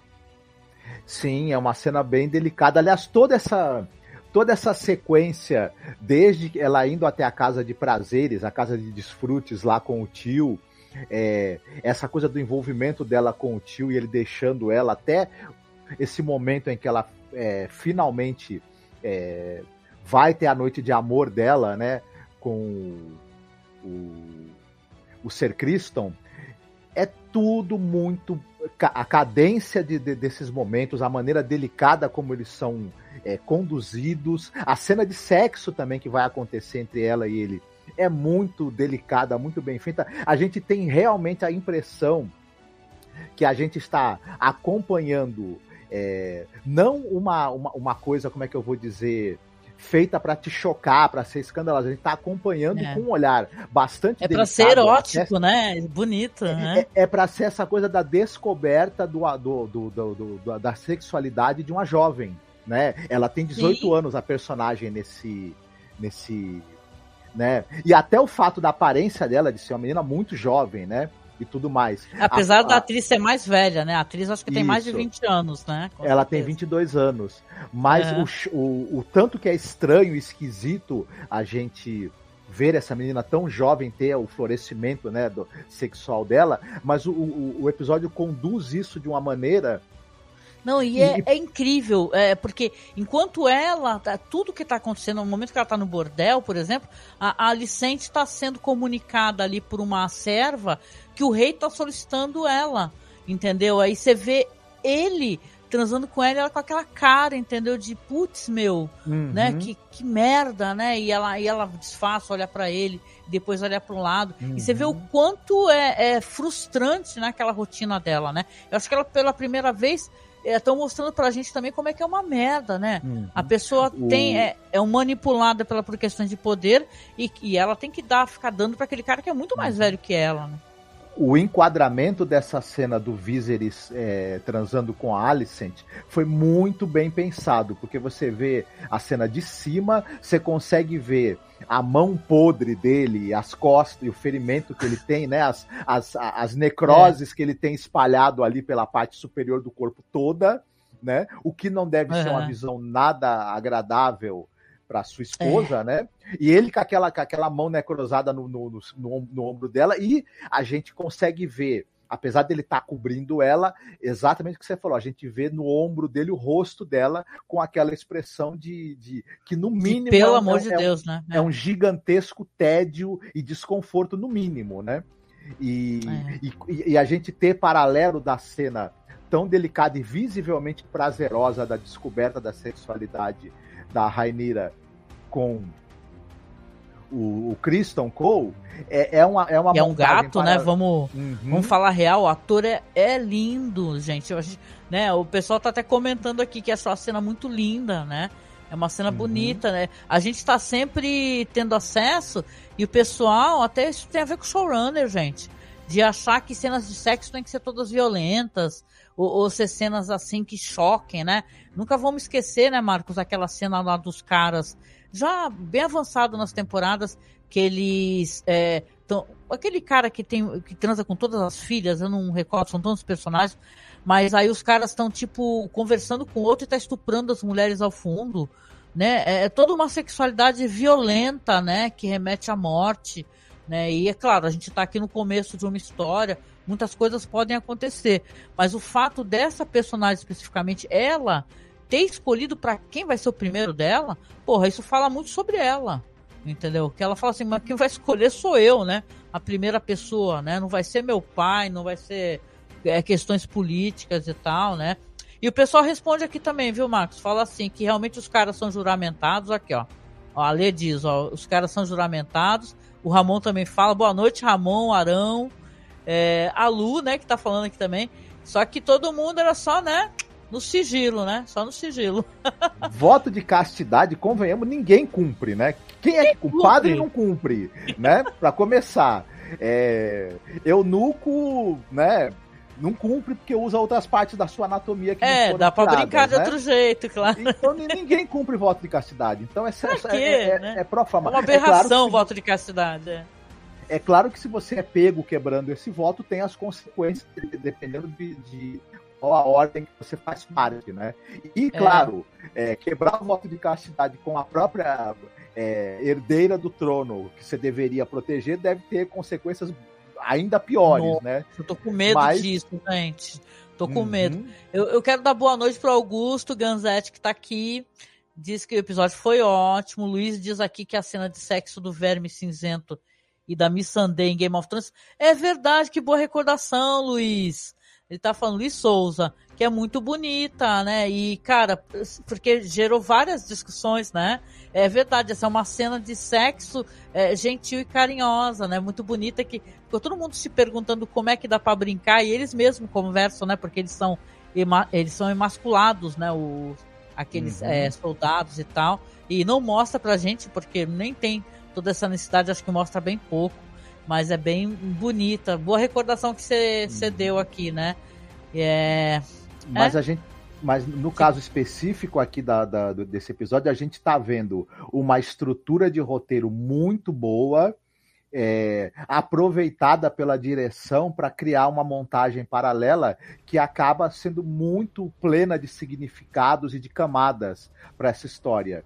Sim, é uma cena bem delicada. Aliás, toda essa, toda essa sequência, desde ela indo até a casa de prazeres, a casa de desfrutes lá com o tio, é, essa coisa do envolvimento dela com o tio e ele deixando ela, até esse momento em que ela é, finalmente é, vai ter a noite de amor dela, né? Com o... o Ser Criston, é tudo muito... A cadência de, de, desses momentos, a maneira delicada como eles são é, conduzidos, a cena de sexo também que vai acontecer entre ela e ele, é muito delicada, muito bem feita. A gente tem realmente a impressão que a gente está acompanhando é, não uma, uma, uma coisa, como é que eu vou dizer... feita para te chocar, para ser escandalosa. A gente tá acompanhando é. com um olhar bastante é delicado. É para ser erótico, né? Bonito, é, né? É, é para ser essa coisa da descoberta do, do, do, do, do, da sexualidade de uma jovem, né? Ela tem dezoito Sim. anos, a personagem, nesse... nesse né? E até o fato da aparência dela, de ser uma menina muito jovem, né? E tudo mais. Apesar a, da a... atriz ser mais velha, né? A atriz acho que tem Isso. mais de vinte anos, né? Com Ela certeza. tem vinte e dois anos. Mas é. o, o, o tanto que é estranho e esquisito a gente ver essa menina tão jovem ter o florescimento, né, do, sexual dela, mas o, o, o episódio conduz isso de uma maneira... Não, e é, é incrível, é, porque enquanto ela, tudo que está acontecendo, no momento que ela está no bordel, por exemplo, a, a Alicente está sendo comunicada ali por uma serva que o rei está solicitando ela, entendeu? Aí você vê ele transando com ela, ela com aquela cara, entendeu? De putz, meu, uhum. né? Que, que merda, né? E ela, e ela disfarça, olha para ele, depois olha para um lado. Uhum. E você vê o quanto é, é frustrante naquela rotina dela, né? Eu acho que ela, pela primeira vez... estão mostrando pra gente também como é que é uma merda, né? Uhum. A pessoa tem, é, é manipulada pela, por questões de poder e, e ela tem que dar, ficar dando pra aquele cara que é muito mais uhum. velho que ela, né? O enquadramento dessa cena do Viserys é, transando com a Alicent foi muito bem pensado, porque você vê a cena de cima, você consegue ver a mão podre dele, as costas e o ferimento que ele tem, né? As, as, as necroses é. que ele tem espalhado ali pela parte superior do corpo toda, né? O que não deve uhum. ser uma visão nada agradável para sua esposa, é. né? E ele com aquela, com aquela mão necrosada no, no, no, no, no ombro dela, e a gente consegue ver, apesar dele estar tá cobrindo ela, exatamente o que você falou, a gente vê no ombro dele o rosto dela com aquela expressão de, de que no mínimo... De, pelo é, amor é, de é Deus, um, né? É um gigantesco tédio e desconforto no mínimo, né? E, é. e, e a gente ter paralelo da cena tão delicada e visivelmente prazerosa da descoberta da sexualidade da Rhaenyra com o, o Criston Cole é, é uma é uma é um gato, para... né? Vamos, uhum. vamos falar real, o ator é, é lindo, gente. A gente, né? O pessoal tá até comentando aqui que essa cena é muito linda, né? É uma cena uhum. bonita, né? A gente tá sempre tendo acesso e o pessoal, até isso tem a ver com o showrunner, gente, de achar que cenas de sexo tem que ser todas violentas, ou, ou ser cenas assim que choquem, né? Nunca vamos esquecer, né, Marcos, aquela cena lá dos caras, já bem avançado nas temporadas, que eles... É, tão, aquele cara que, tem, que transa com todas as filhas, eu não recordo, são tantos personagens, mas aí os caras estão, tipo, conversando com o outro e tá estuprando as mulheres ao fundo, né? É, é toda uma sexualidade violenta, né, que remete à morte, né? E é claro, a gente tá aqui no começo de uma história, muitas coisas podem acontecer, mas o fato dessa personagem especificamente, ela ter escolhido para quem vai ser o primeiro dela, porra, isso fala muito sobre ela, entendeu? Que ela fala assim, mas quem vai escolher sou eu, né? A primeira pessoa, né? Não vai ser meu pai, não vai ser é, questões políticas e tal, né? E o pessoal responde aqui também, viu, Marcos? Fala assim, que realmente os caras são juramentados, aqui, ó. ó a Lê diz, ó, os caras são juramentados. O Ramon também fala, boa noite, Ramon, Arão, é, a Lu, né, que tá falando aqui também. Só que todo mundo era só, né, no sigilo, né, só no sigilo. Voto de castidade, convenhamos, ninguém cumpre, né? Quem é que cumpre? O padre não cumpre, né? Pra começar. É, eunuco, né, não cumpre porque usa outras partes da sua anatomia que é, não foram dá pra tiradas, brincar de né? outro jeito, claro. Então ninguém cumpre voto de castidade. Então essa, essa quê, é, é, né? é pró-fama. Uma aberração é claro o voto de castidade. É. é claro que se você é pego quebrando esse voto, tem as consequências, dependendo de, de qual a ordem que você faz parte, né? E, claro, é. É, quebrar o voto de castidade com a própria é, herdeira do trono que você deveria proteger deve ter consequências ainda piores, Nossa, né? Eu tô com medo Mas... disso, gente. Tô com uhum. medo. Eu, eu quero dar boa noite pro Augusto Ganzetti, que tá aqui. Diz que o episódio foi ótimo. O Luiz diz aqui que a cena de sexo do Verme Cinzento e da Missandei em Game of Thrones é verdade, que boa recordação, Luiz. Ele tá falando, Luiz Souza, que é muito bonita, né? E, cara, porque gerou várias discussões, né? É verdade, essa é uma cena de sexo é, gentil e carinhosa, né? Muito bonita, que ficou todo mundo se perguntando como é que dá pra brincar, e eles mesmos conversam, né? Porque eles são, eles são emasculados, né? Os, aqueles uhum. é, soldados e tal. E não mostra pra gente, porque nem tem toda essa necessidade, acho que mostra bem pouco. Mas é bem bonita. Boa recordação que você hum. deu aqui, né? É... Mas é? a gente. Mas no caso específico aqui da, da, desse episódio, a gente está vendo uma estrutura de roteiro muito boa, é, aproveitada pela direção para criar uma montagem paralela que acaba sendo muito plena de significados e de camadas para essa história.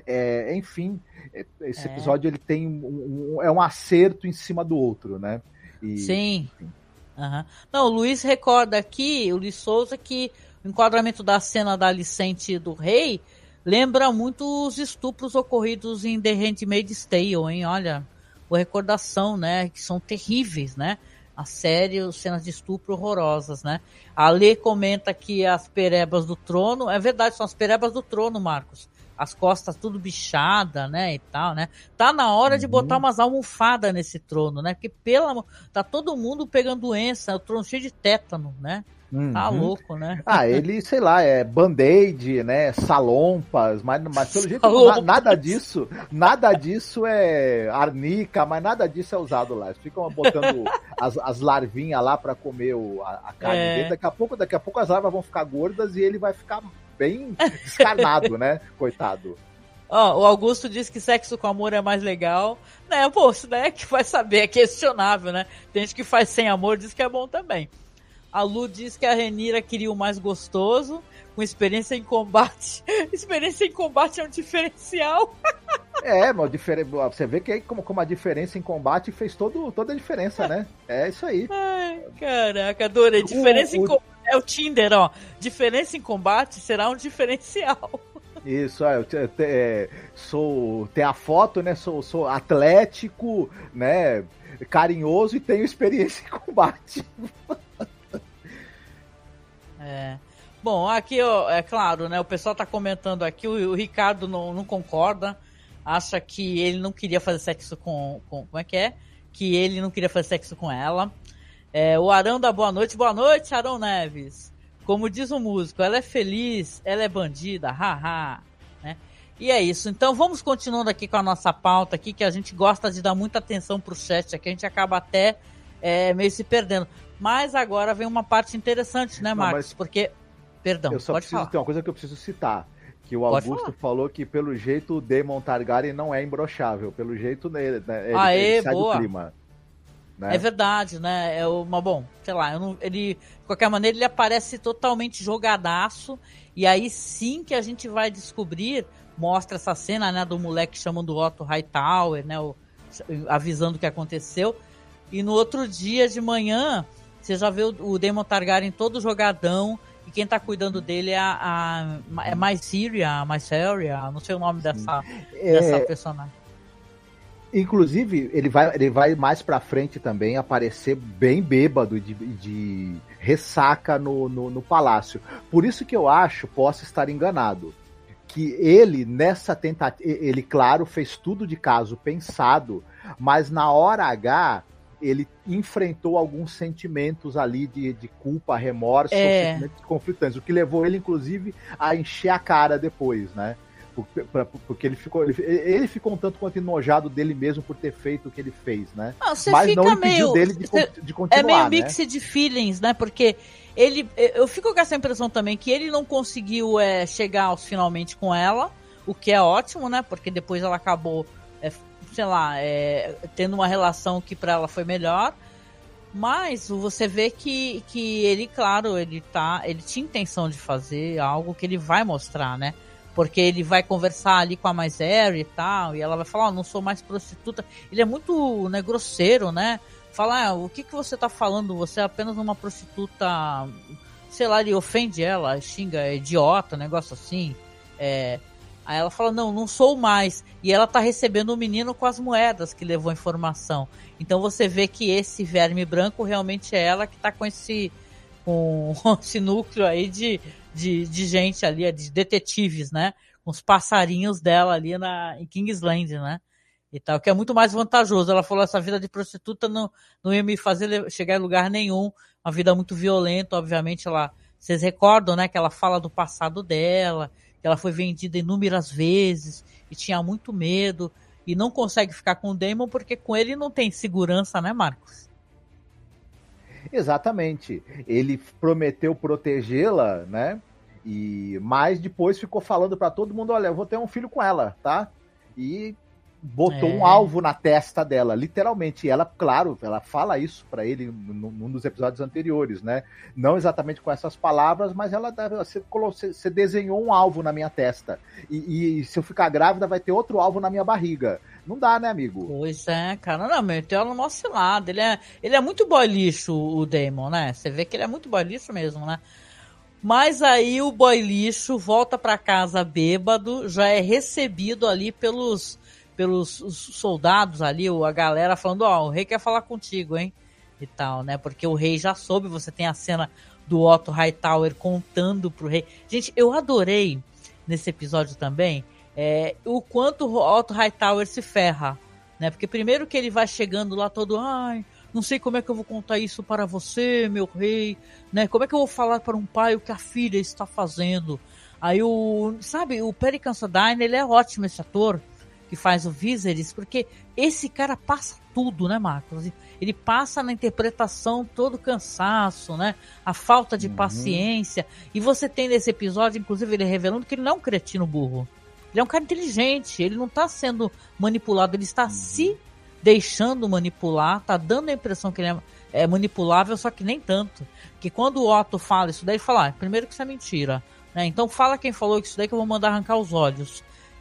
É, enfim, esse episódio é. ele tem um, um, é um acerto em cima do outro, né? E, Sim. Uhum. Não, o Luiz recorda aqui, o Luiz Souza, que o enquadramento da cena da Alicente do rei lembra muito os estupros ocorridos em The Handmaid's Tale, hein? Olha, boa recordação, né? Que são terríveis, né? A série, as cenas de estupro horrorosas, né? A Lê comenta que as perebas do trono, é verdade, são as perebas do trono, Marcos. As costas tudo bichada, né, e tal, né? Tá na hora uhum. de botar umas almofadas nesse trono, né? Porque pela, tá todo mundo pegando doença, o trono cheio de tétano, né? Uhum. Tá louco, né? Ah, ele, sei lá, é band-aid, né? Salompas, mas, mas pelo jeito na, nada disso, nada disso é arnica, mas nada disso é usado lá. Eles ficam botando as, as larvinhas lá pra comer o, a, a carne é. dele. Daqui a pouco, daqui a pouco as larvas vão ficar gordas e ele vai ficar bem descarnado, né? Coitado. Ó, o Augusto diz que sexo com amor é mais legal. Né, pô, isso daí é que vai saber, é questionável, né? Tem gente que faz sem amor, diz que é bom também. A Lu diz que a Rhaenyra queria o mais gostoso, com experiência em combate. Experiência em combate é um diferencial. É, mas difere... você vê que aí como, como a diferença em combate fez todo, toda a diferença, né? É isso aí. Ai, caraca, adorei. Diferença o, em combate. É o Tinder, ó. Diferença em combate será um diferencial. Isso, é, eu te, é, sou, tem a foto, né? Sou, sou atlético, né? Carinhoso e tenho experiência em combate. É. Bom, aqui, ó, é claro, né? O pessoal tá comentando aqui, o, o Ricardo não, não concorda, acha que ele não queria fazer sexo com, com. Como é que é? Que ele não queria fazer sexo com ela. É, o Arão da boa noite. Boa noite, Arão Neves. Como diz o músico, ela é feliz, ela é bandida, haha. Né? E é isso. Então vamos continuando aqui com a nossa pauta aqui, que a gente gosta de dar muita atenção pro chat, aqui a gente acaba até é, meio se perdendo. Mas agora vem uma parte interessante, né, Marcos? Não, porque... Perdão, eu só pode preciso falar. Tem uma coisa que eu preciso citar. Que o Pode Augusto falar. falou que, pelo jeito, o Daemon Targaryen não é imbrochável. Pelo jeito, né, ele, ele, Aê, ele sai boa. do clima. Né? É verdade, né? É uma, bom, sei lá, eu não, ele, de qualquer maneira, ele aparece totalmente jogadaço. E aí sim que a gente vai descobrir, mostra essa cena, né, do moleque chamando o Otto Hightower, né, o, avisando o que aconteceu. E no outro dia de manhã, você já vê o, o Daemon Targaryen todo jogadão. E quem tá cuidando dele é a, a é Mysaria, a Mysaria, não sei o nome dessa, é, dessa personagem. Inclusive, ele vai, ele vai mais pra frente também aparecer bem bêbado de, de ressaca no, no, no palácio. Por isso que eu acho, posso estar enganado, que ele, nessa tentativa, ele, claro, fez tudo de caso pensado, mas na hora H... ele enfrentou alguns sentimentos ali de, de culpa, remorso, é. sentimentos conflitantes, o que levou ele, inclusive, a encher a cara depois, né? Porque, porque ele ficou ele, ele ficou um tanto quanto enojado dele mesmo por ter feito o que ele fez, né? Não, mas não impediu meio, dele de, cê, de continuar, é meio né? mix de feelings, né? Porque ele, eu fico com essa impressão também que ele não conseguiu é, chegar aos finalmente com ela, o que é ótimo, né? Porque depois ela acabou... É, sei lá, é, tendo uma relação que pra ela foi melhor, mas você vê que, que ele, claro, ele tá, ele tinha intenção de fazer algo que ele vai mostrar, né? Porque ele vai conversar ali com a Mysaria e tal, e ela vai falar, oh, não sou mais prostituta. Ele é muito, né, grosseiro, né? Fala, ah, o que que você tá falando? Você é apenas uma prostituta, sei lá, ele ofende ela, xinga, é idiota, um negócio assim, é... Aí ela fala, não, não sou mais. E ela tá recebendo o menino com as moedas que levou a informação. Então você vê que esse verme branco realmente é ela que tá com esse, com esse núcleo aí de, de, de gente ali, de detetives, né? Com os passarinhos dela ali na, em Kingsland, né? E tal, que é muito mais vantajoso. Ela falou, essa vida de prostituta não, não ia me fazer chegar em lugar nenhum. Uma vida muito violenta, obviamente. Ela, vocês recordam, né? Que ela fala do passado dela, que ela foi vendida inúmeras vezes e tinha muito medo e não consegue ficar com o Daemon porque com ele não tem segurança, né, Marcos? Exatamente. Ele prometeu protegê-la, né? E mas depois ficou falando para todo mundo, olha, eu vou ter um filho com ela, tá? E botou é. um alvo na testa dela, literalmente. E ela, claro, ela fala isso para ele num dos episódios anteriores, né? Não exatamente com essas palavras, mas ela você, você desenhou um alvo na minha testa. E, e se eu ficar grávida, vai ter outro alvo na minha barriga. Não dá, né, amigo? Pois é, cara. Não, meteu ela numa cilada. Ele é, ele é muito boy lixo, o Daemon, né? Você vê que ele é muito boy lixo mesmo, né? Mas aí o boy lixo volta para casa bêbado, já é recebido ali pelos... pelos soldados ali, a galera falando, ó, oh, o rei quer falar contigo, hein? E tal, né? Porque o rei já soube, você tem a cena do Otto Hightower contando pro rei. Gente, eu adorei nesse episódio também é, o quanto o Otto Hightower se ferra, né? Porque primeiro que ele vai chegando lá todo, ai, não sei como é que eu vou contar isso para você, meu rei, né? Como é que eu vou falar para um pai o que a filha está fazendo? Aí o, sabe, o Perry Considine, ele é ótimo, esse ator que faz o Viserys, porque esse cara passa tudo, né, Marcos? Ele passa na interpretação todo o cansaço, né? A falta de uhum. paciência. E você tem nesse episódio, inclusive, ele revelando que ele não é um cretino burro. Ele é um cara inteligente, ele não está sendo manipulado, ele está uhum. se deixando manipular, tá dando a impressão que ele é, é manipulável, só que nem tanto. Que quando o Otto fala isso daí, ele fala, ah, primeiro que isso é mentira, né? Então fala quem falou isso daí que eu vou mandar arrancar os olhos.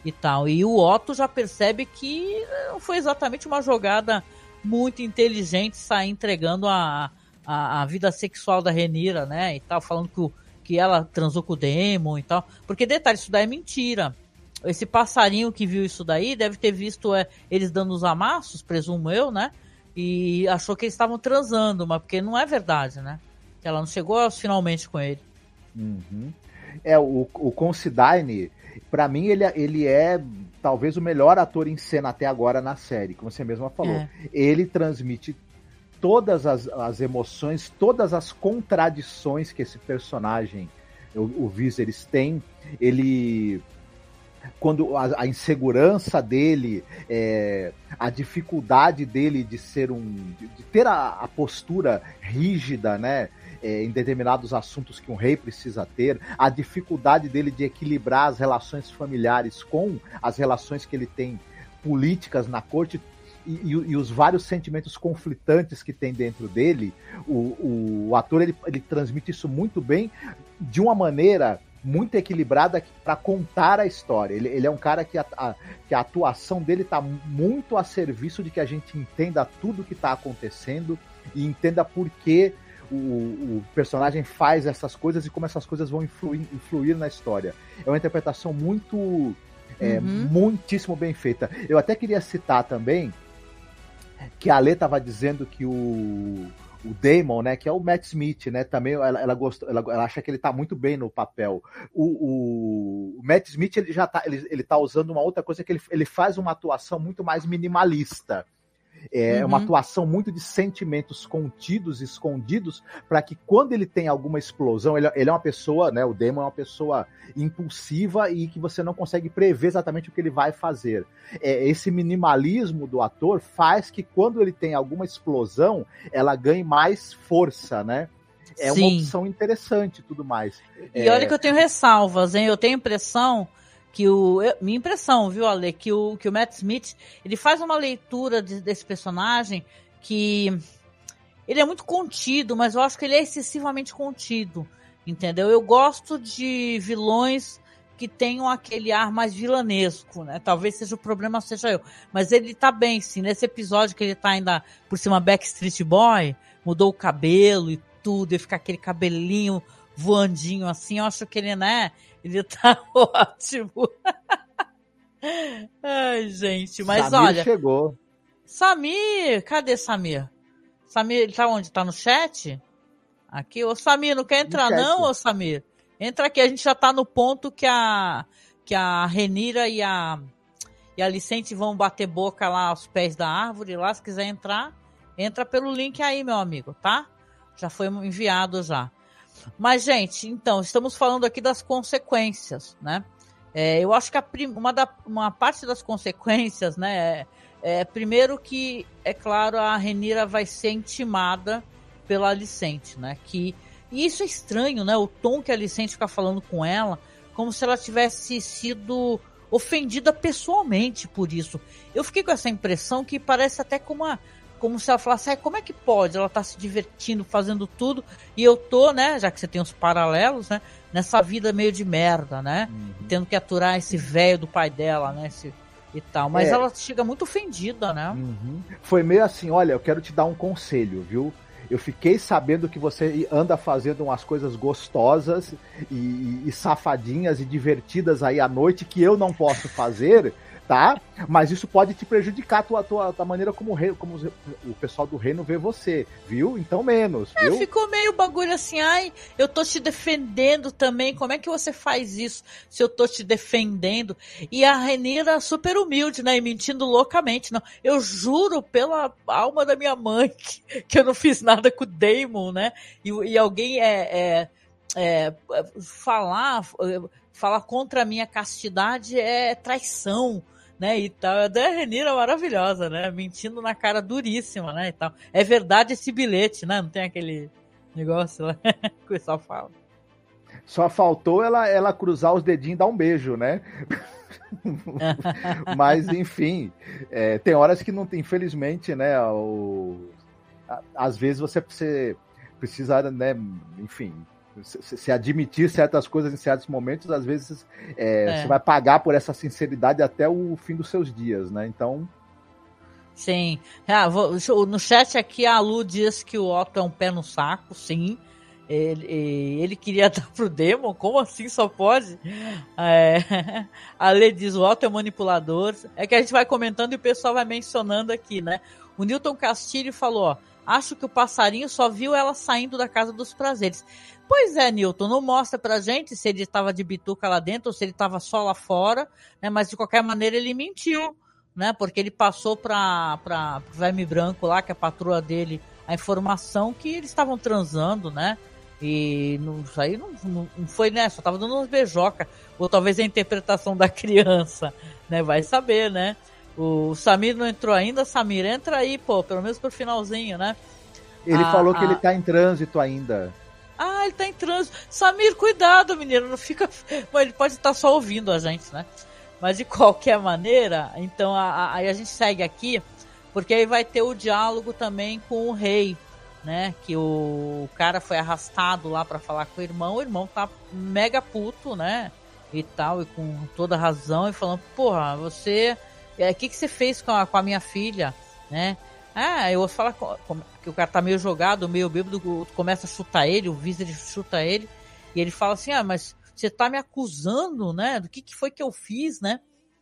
e tal. E o Otto já percebe que não foi exatamente uma jogada muito inteligente sair entregando a, a, a vida sexual da Rhaenyra, né, e tal, falando que, o, que ela transou com o Daemon e tal. Porque, detalhe, isso daí é mentira. Esse passarinho que viu isso daí deve ter visto é, eles dando os amassos, presumo eu, né, e achou que eles estavam transando, mas porque não é verdade, né, que ela não chegou aos finalmente com ele. Uhum. É, o, o Considine, pra mim, ele, ele é talvez o melhor ator em cena até agora na série, como você mesma falou. É. Ele transmite todas as, as emoções, todas as contradições que esse personagem, o, o Viserys, tem. Ele... Quando a, a insegurança dele, é, a dificuldade dele de ser um... de, de ter a, a postura rígida, né? É, em determinados assuntos que um rei precisa ter, a dificuldade dele de equilibrar as relações familiares com as relações que ele tem políticas na corte e, e, e os vários sentimentos conflitantes que tem dentro dele, o, o ator ele, ele transmite isso muito bem, de uma maneira muito equilibrada para contar a história. Ele, ele é um cara que a, a, que a atuação dele está muito a serviço de que a gente entenda tudo que está acontecendo e entenda por que o, o personagem faz essas coisas e como essas coisas vão influir, influir na história. É uma interpretação muito, é, uhum. muitíssimo bem feita. Eu até queria citar também que a Lê estava dizendo que o o Daemon, né, que é o Matt Smith, né, também ela, ela, gostou, ela, ela acha que ele tá muito bem no papel. O, o, o Matt Smith, ele já tá, ele, ele tá usando uma outra coisa, que ele, ele faz uma atuação muito mais minimalista. É uhum. uma atuação muito de sentimentos contidos, escondidos, para que quando ele tem alguma explosão, ele, ele é uma pessoa, né, o Daemon é uma pessoa impulsiva e que você não consegue prever exatamente o que ele vai fazer. É, esse minimalismo do ator faz que quando ele tem alguma explosão, ela ganhe mais força, né? É Sim. uma opção interessante e tudo mais. E é... olha que eu tenho ressalvas, hein? Eu tenho impressão que o... Minha impressão, viu, Ale? Que o, que o Matt Smith, ele faz uma leitura de, desse personagem que... Ele é muito contido, mas eu acho que ele é excessivamente contido, entendeu? Eu gosto de vilões que tenham aquele ar mais vilanesco, né? Talvez seja o problema, seja eu. Mas ele tá bem, sim. Nesse episódio que ele tá ainda por cima Backstreet Boy, mudou o cabelo e tudo, e fica aquele cabelinho voandinho assim, eu acho que ele, né... Ele tá ótimo. Ai, gente, mas Samir olha... chegou. Samir, cadê Samir? Samir, ele tá onde? Tá no chat? Aqui, ô Samir, não quer entrar não, ô Samir? Entra aqui, a gente já tá no ponto que a que a Rhaenyra e a e a Alicente vão bater boca lá aos pés da árvore, lá, se quiser entrar, entra pelo link aí, meu amigo, tá? Já foi enviado já. Mas, gente, então, estamos falando aqui das consequências, né? É, eu acho que a prim- uma, da, uma parte das consequências, né, é, é primeiro que, é claro, a Rhaenyra vai ser intimada pela Alicente, né? Que, e isso é estranho, né? O tom que a Alicente fica falando com ela, como se ela tivesse sido ofendida pessoalmente por isso. Eu fiquei com essa impressão que parece até como uma... como se ela falasse, ah, como é que pode? Ela tá se divertindo, fazendo tudo, e eu tô, né, já que você tem os paralelos, né, nessa vida meio de merda, né, uhum. tendo que aturar esse velho do pai dela, né, esse, e tal. Mas é. ela chega muito ofendida, né. Uhum. Foi meio assim, olha, eu quero te dar um conselho, viu? Eu fiquei sabendo que você anda fazendo umas coisas gostosas e, e safadinhas e divertidas aí à noite que eu não posso fazer... Tá? Mas isso pode te prejudicar a tua, tua, tua maneira como o, rei, como o pessoal do reino vê você, viu? Então menos, é, viu? Ficou meio bagulho assim, ai, eu tô te defendendo também, como é que você faz isso se eu tô te defendendo? E a Rhaenyra super humilde, né, e mentindo loucamente, não, eu juro pela alma da minha mãe que, que eu não fiz nada com o Daemon, né, e, e alguém é, é, é falar, falar contra a minha castidade é traição, né, e tal. A Rhaenyra maravilhosa, né, mentindo na cara duríssima, né, e tal. É verdade esse bilhete, né, não tem aquele negócio lá que o pessoal fala. Só faltou ela, ela cruzar os dedinhos e dar um beijo, né? Mas, enfim, é, tem horas que não tem, infelizmente, né, o, a, às vezes você, você precisa, né, enfim, se, se admitir certas coisas em certos momentos, às vezes é, É. você vai pagar por essa sinceridade até o fim dos seus dias, né? Então, Sim. Ah, vou- no chat aqui a Lu diz que o Otto é um pé no saco, sim. Ele, ele queria dar pro Demon, como assim só pode? É, a Lê diz, o Otto é manipulador. É que a gente vai comentando e o pessoal vai mencionando aqui, né? O Newton Castilho falou, ó, acho que o passarinho só viu ela saindo da Casa dos Prazeres. Pois é, Newton, não mostra pra gente se ele estava de bituca lá dentro ou se ele estava só lá fora, né? Mas de qualquer maneira ele mentiu, né? Porque ele passou pra, pra pro Verme Branco lá, que é a patroa dele, a informação que eles estavam transando, né? E não, isso aí não, não, não foi, né? Só tava dando uns beijoca. Ou talvez a interpretação da criança, né? Vai saber, né? O Samir não entrou ainda. Samir, entra aí, pô, pelo menos pro finalzinho, né? ele Ah, falou que ah. ele tá em trânsito ainda. Ah, ele tá em trânsito. Samir, cuidado, menino, não fica... Bom, ele pode estar só ouvindo a gente, né? Mas de qualquer maneira, então a- a- aí a gente segue aqui, porque aí vai ter o diálogo também com o rei, né? Que o cara foi arrastado lá pra falar com o irmão, o irmão tá mega puto, né? E tal, e com toda razão, e falando, porra, você... O que que você fez com a, com a minha filha, né? Ah, eu vou falar com- com- que o cara tá meio jogado, meio bêbado, o- começa a chutar ele, o Viserys chuta ele, e ele fala assim, ah, mas você tá me acusando, né? Do que que foi que eu fiz, né?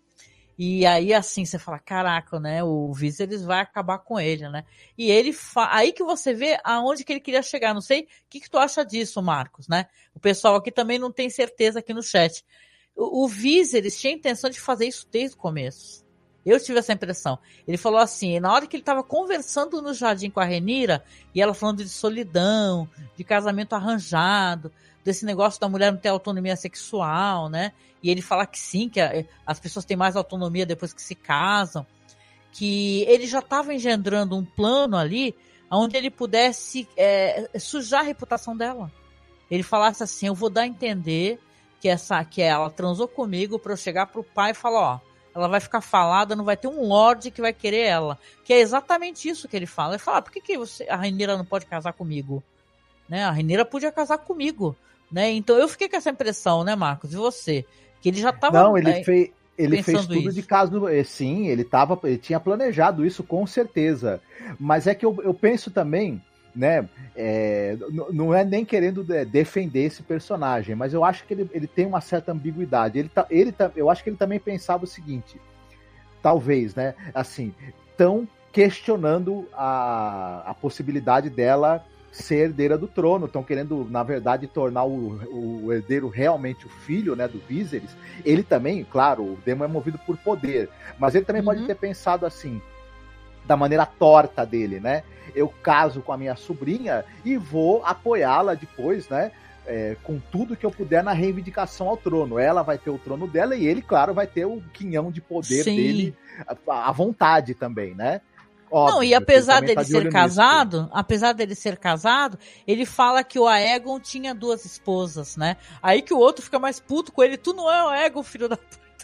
E aí, assim, você fala, caraca, né? O Viserys vai acabar com ele, né? E ele, fa... aí que você vê aonde que ele queria chegar. Não sei o que que tu acha disso, Marcos, né? O pessoal aqui também não tem certeza aqui no chat. O, o Viserys tinha a intenção de fazer isso desde o começo. Eu tive essa impressão. Ele falou assim, na hora que ele estava conversando no jardim com a Rhaenyra, e ela falando de solidão, de casamento arranjado, desse negócio da mulher não ter autonomia sexual, né? E ele fala que sim, que a- as pessoas têm mais autonomia depois que se casam, que ele já estava engendrando um plano ali, onde ele pudesse é, sujar a reputação dela. Ele falasse assim, eu vou dar a entender que, essa, que ela transou comigo para eu chegar pro pai e falar, ó, ela vai ficar falada, não vai ter um lorde que vai querer ela. Que é exatamente isso que ele fala. Ele fala, ah, por que, que você, a Rhaenyra não pode casar comigo? Né? A Rhaenyra podia casar comigo. Né? Então eu fiquei com essa impressão, né, Marcos? E você? Que ele já estava... Não, ele, fez, ele fez tudo isso. de caso. eh, Sim, ele, tava, ele tinha planejado isso com certeza. Mas é que eu, eu penso também, né? É, n- não é nem querendo de- defender esse personagem, mas eu acho que ele, ele tem uma certa ambiguidade. Ele tá, ele tá, eu acho que ele também pensava o seguinte: talvez, né? Assim, estão questionando a, a possibilidade dela ser herdeira do trono, estão querendo, na verdade, tornar o, o herdeiro realmente o filho, né, do Viserys. Ele também, claro, o Daemon é movido por poder, mas ele também Uhum. pode ter pensado assim, da maneira torta dele, né? Eu caso com a minha sobrinha e vou apoiá-la depois, né? É, com tudo que eu puder na reivindicação ao trono. Ela vai ter o trono dela e ele, claro, vai ter o quinhão de poder Sim. dele à à vontade também, né? Óbvio, Não, e que apesar ele também tá dele de olho ser nisso. casado, apesar dele ser casado, ele fala que o Aegon tinha duas esposas, né? Aí que o outro fica mais puto com ele, tu não é o Aegon, filho da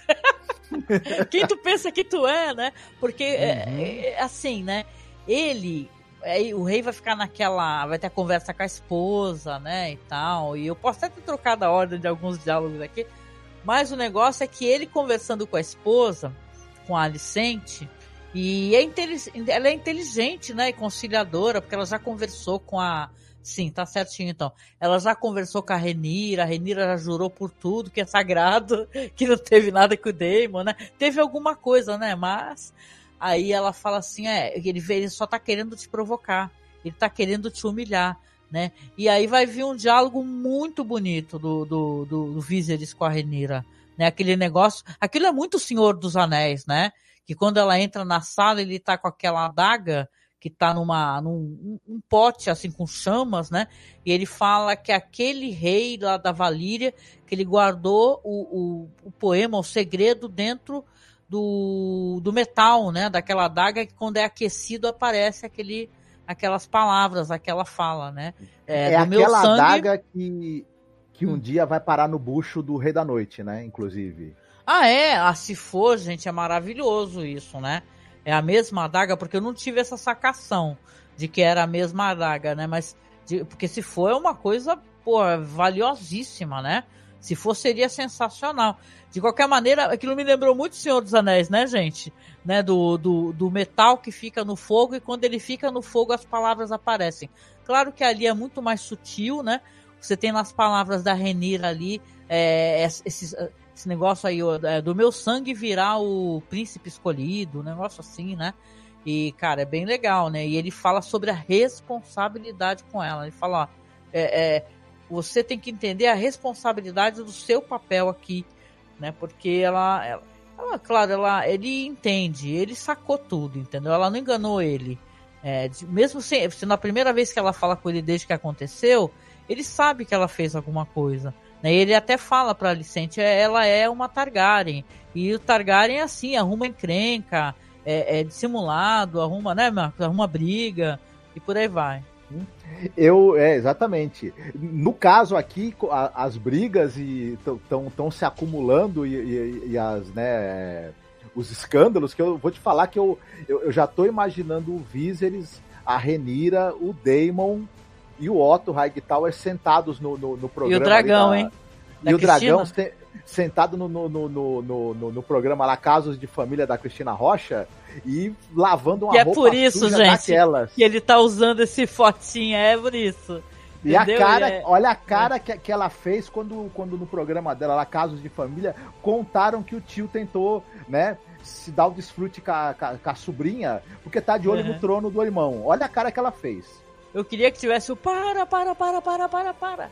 puta. Quem tu pensa que tu é, né? Porque, é, é, assim, né? Ele, aí o rei vai ficar naquela, vai ter a conversa com a esposa, né, e tal, e eu posso até ter trocado a ordem de alguns diálogos aqui, mas o negócio é que ele conversando com a esposa, com a Alicente, e é intelig- ela é inteligente, né, e conciliadora, porque ela já conversou com a... Sim, tá certinho então. Ela já conversou com a Rhaenyra, a Rhaenyra já jurou por tudo que é sagrado, que não teve nada com o Daemon, né? Teve alguma coisa, né, mas... Aí ela fala assim, é, ele, vê, ele só tá querendo te provocar, ele tá querendo te humilhar, né? E aí vai vir um diálogo muito bonito do, do, do, do Viserys com a Rhaenyra, né? Aquele negócio, aquilo é muito Senhor dos Anéis, né? Que quando ela entra na sala, ele tá com aquela adaga que tá numa, num um pote, assim, com chamas, né? E ele fala que aquele rei lá da Valíria, que ele guardou o, o, o poema, o segredo dentro do, do metal, né? Daquela adaga que quando é aquecido aparece aquele, aquelas palavras, aquela fala, né? É, do meu aquela sangue- adaga que, que um Hum. dia vai parar no bucho do Rei da Noite, né? Inclusive. Ah, é? Ah, se for, gente, é maravilhoso isso, né? É a mesma adaga, porque eu não tive essa sacação de que era a mesma adaga, né? Mas, de- porque se for, é uma coisa pô, valiosíssima, né? Se for, seria sensacional. De qualquer maneira, aquilo me lembrou muito Senhor dos Anéis, né, gente? Né, do, do, do metal que fica no fogo, e quando ele fica no fogo as palavras aparecem. Claro que ali é muito mais sutil, né? Você tem nas palavras da Rhaenyra ali, é, esse, esse negócio aí, é, do meu sangue virar o príncipe escolhido, um negócio assim, né? E, cara, é bem legal, né? E ele fala sobre a responsabilidade com ela. Ele fala, ó, é, é, você tem que entender a responsabilidade do seu papel aqui, né? Porque ela, ela, ela claro, ela, ele entende, ele sacou tudo, entendeu? Ela não enganou ele. É, de, mesmo se, se na primeira vez que ela fala com ele desde que aconteceu, ele sabe que ela fez alguma coisa, né? Ele até fala pra Alicente, ela é uma Targaryen, e o Targaryen é assim, arruma encrenca, é, é dissimulado, arruma, né, Marcos? Arruma briga, e por aí vai. Eu, é, exatamente. No caso aqui, a, as brigas estão se acumulando e, e, e as, né, os escândalos, que eu vou te falar que eu, eu, eu já estou imaginando o Viserys, a Rhaenyra, o Daemon e o Otto Hightower sentados no, no, no programa. E o dragão, da, hein? E da o dragão Cristina? sentado no, no, no, no, no, no programa lá, Casos de Família da Cristina Rocha, e lavando uma e roupa é por isso, suja gente, daquelas. Que ele tá usando esse fotinho, é por isso. E entendeu? a cara, é... olha a cara que, que ela fez quando, quando no programa dela lá, Casos de Família, contaram que o tio tentou, né, se dar o desfrute com a, com a, com a sobrinha, porque tá de olho uhum. no trono do irmão. Olha a cara que ela fez. Eu queria que tivesse o para, para, para, para, para, para.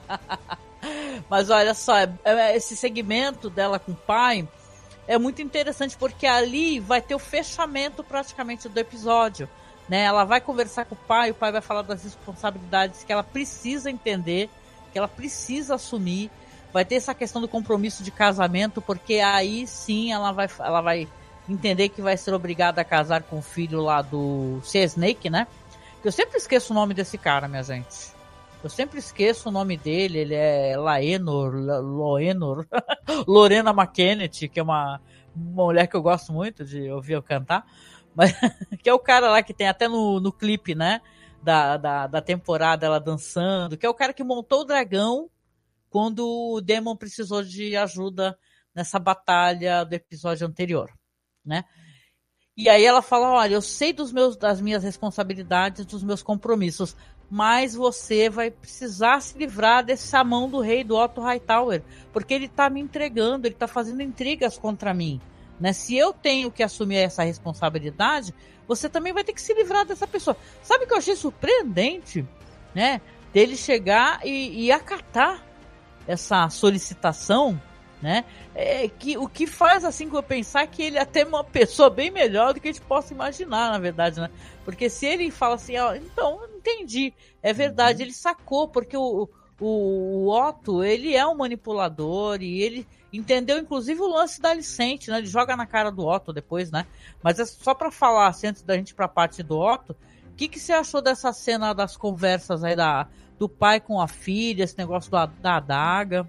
Mas olha só, esse segmento dela com o pai é muito interessante, porque ali vai ter o fechamento praticamente do episódio, né? Ela vai conversar com o pai, o pai vai falar das responsabilidades que ela precisa entender, que ela precisa assumir. Vai ter essa questão do compromisso de casamento, porque aí sim ela vai, ela vai entender que vai ser obrigada a casar com o filho lá do Sea Snake, né? Eu sempre esqueço o nome desse cara, minha gente. Eu sempre esqueço o nome dele. Ele é Laenor, Loenor, Lorena McKennett, que é uma, uma mulher que eu gosto muito de ouvir eu cantar. Mas, que é o cara lá que tem até no, no clipe, né? Da, da, da temporada, ela dançando. Que é o cara que montou o dragão quando o Daemon precisou de ajuda nessa batalha do episódio anterior, né? E aí ela fala, olha, eu sei dos meus, das minhas responsabilidades, dos meus compromissos, mas você vai precisar se livrar dessa mão do rei, do Otto Hightower, porque ele tá me entregando, ele tá fazendo intrigas contra mim, né? Se eu tenho que assumir essa responsabilidade, você também vai ter que se livrar dessa pessoa. Sabe o que eu achei surpreendente, né? Dele chegar e, e acatar essa solicitação, né? É, que, o que faz assim que eu pensar que ele é até uma pessoa bem melhor do que a gente possa imaginar, na verdade, né? Porque se ele fala assim, ó, então, entendi, é verdade, uhum. Ele sacou, porque o, o, o Otto, ele é um manipulador e ele entendeu inclusive o lance da Alicente, né? Ele joga na cara do Otto depois, né? Mas é só pra falar, assim, antes da gente ir pra parte do Otto, o que, que você achou dessa cena das conversas aí da, do pai com a filha, esse negócio da, da adaga?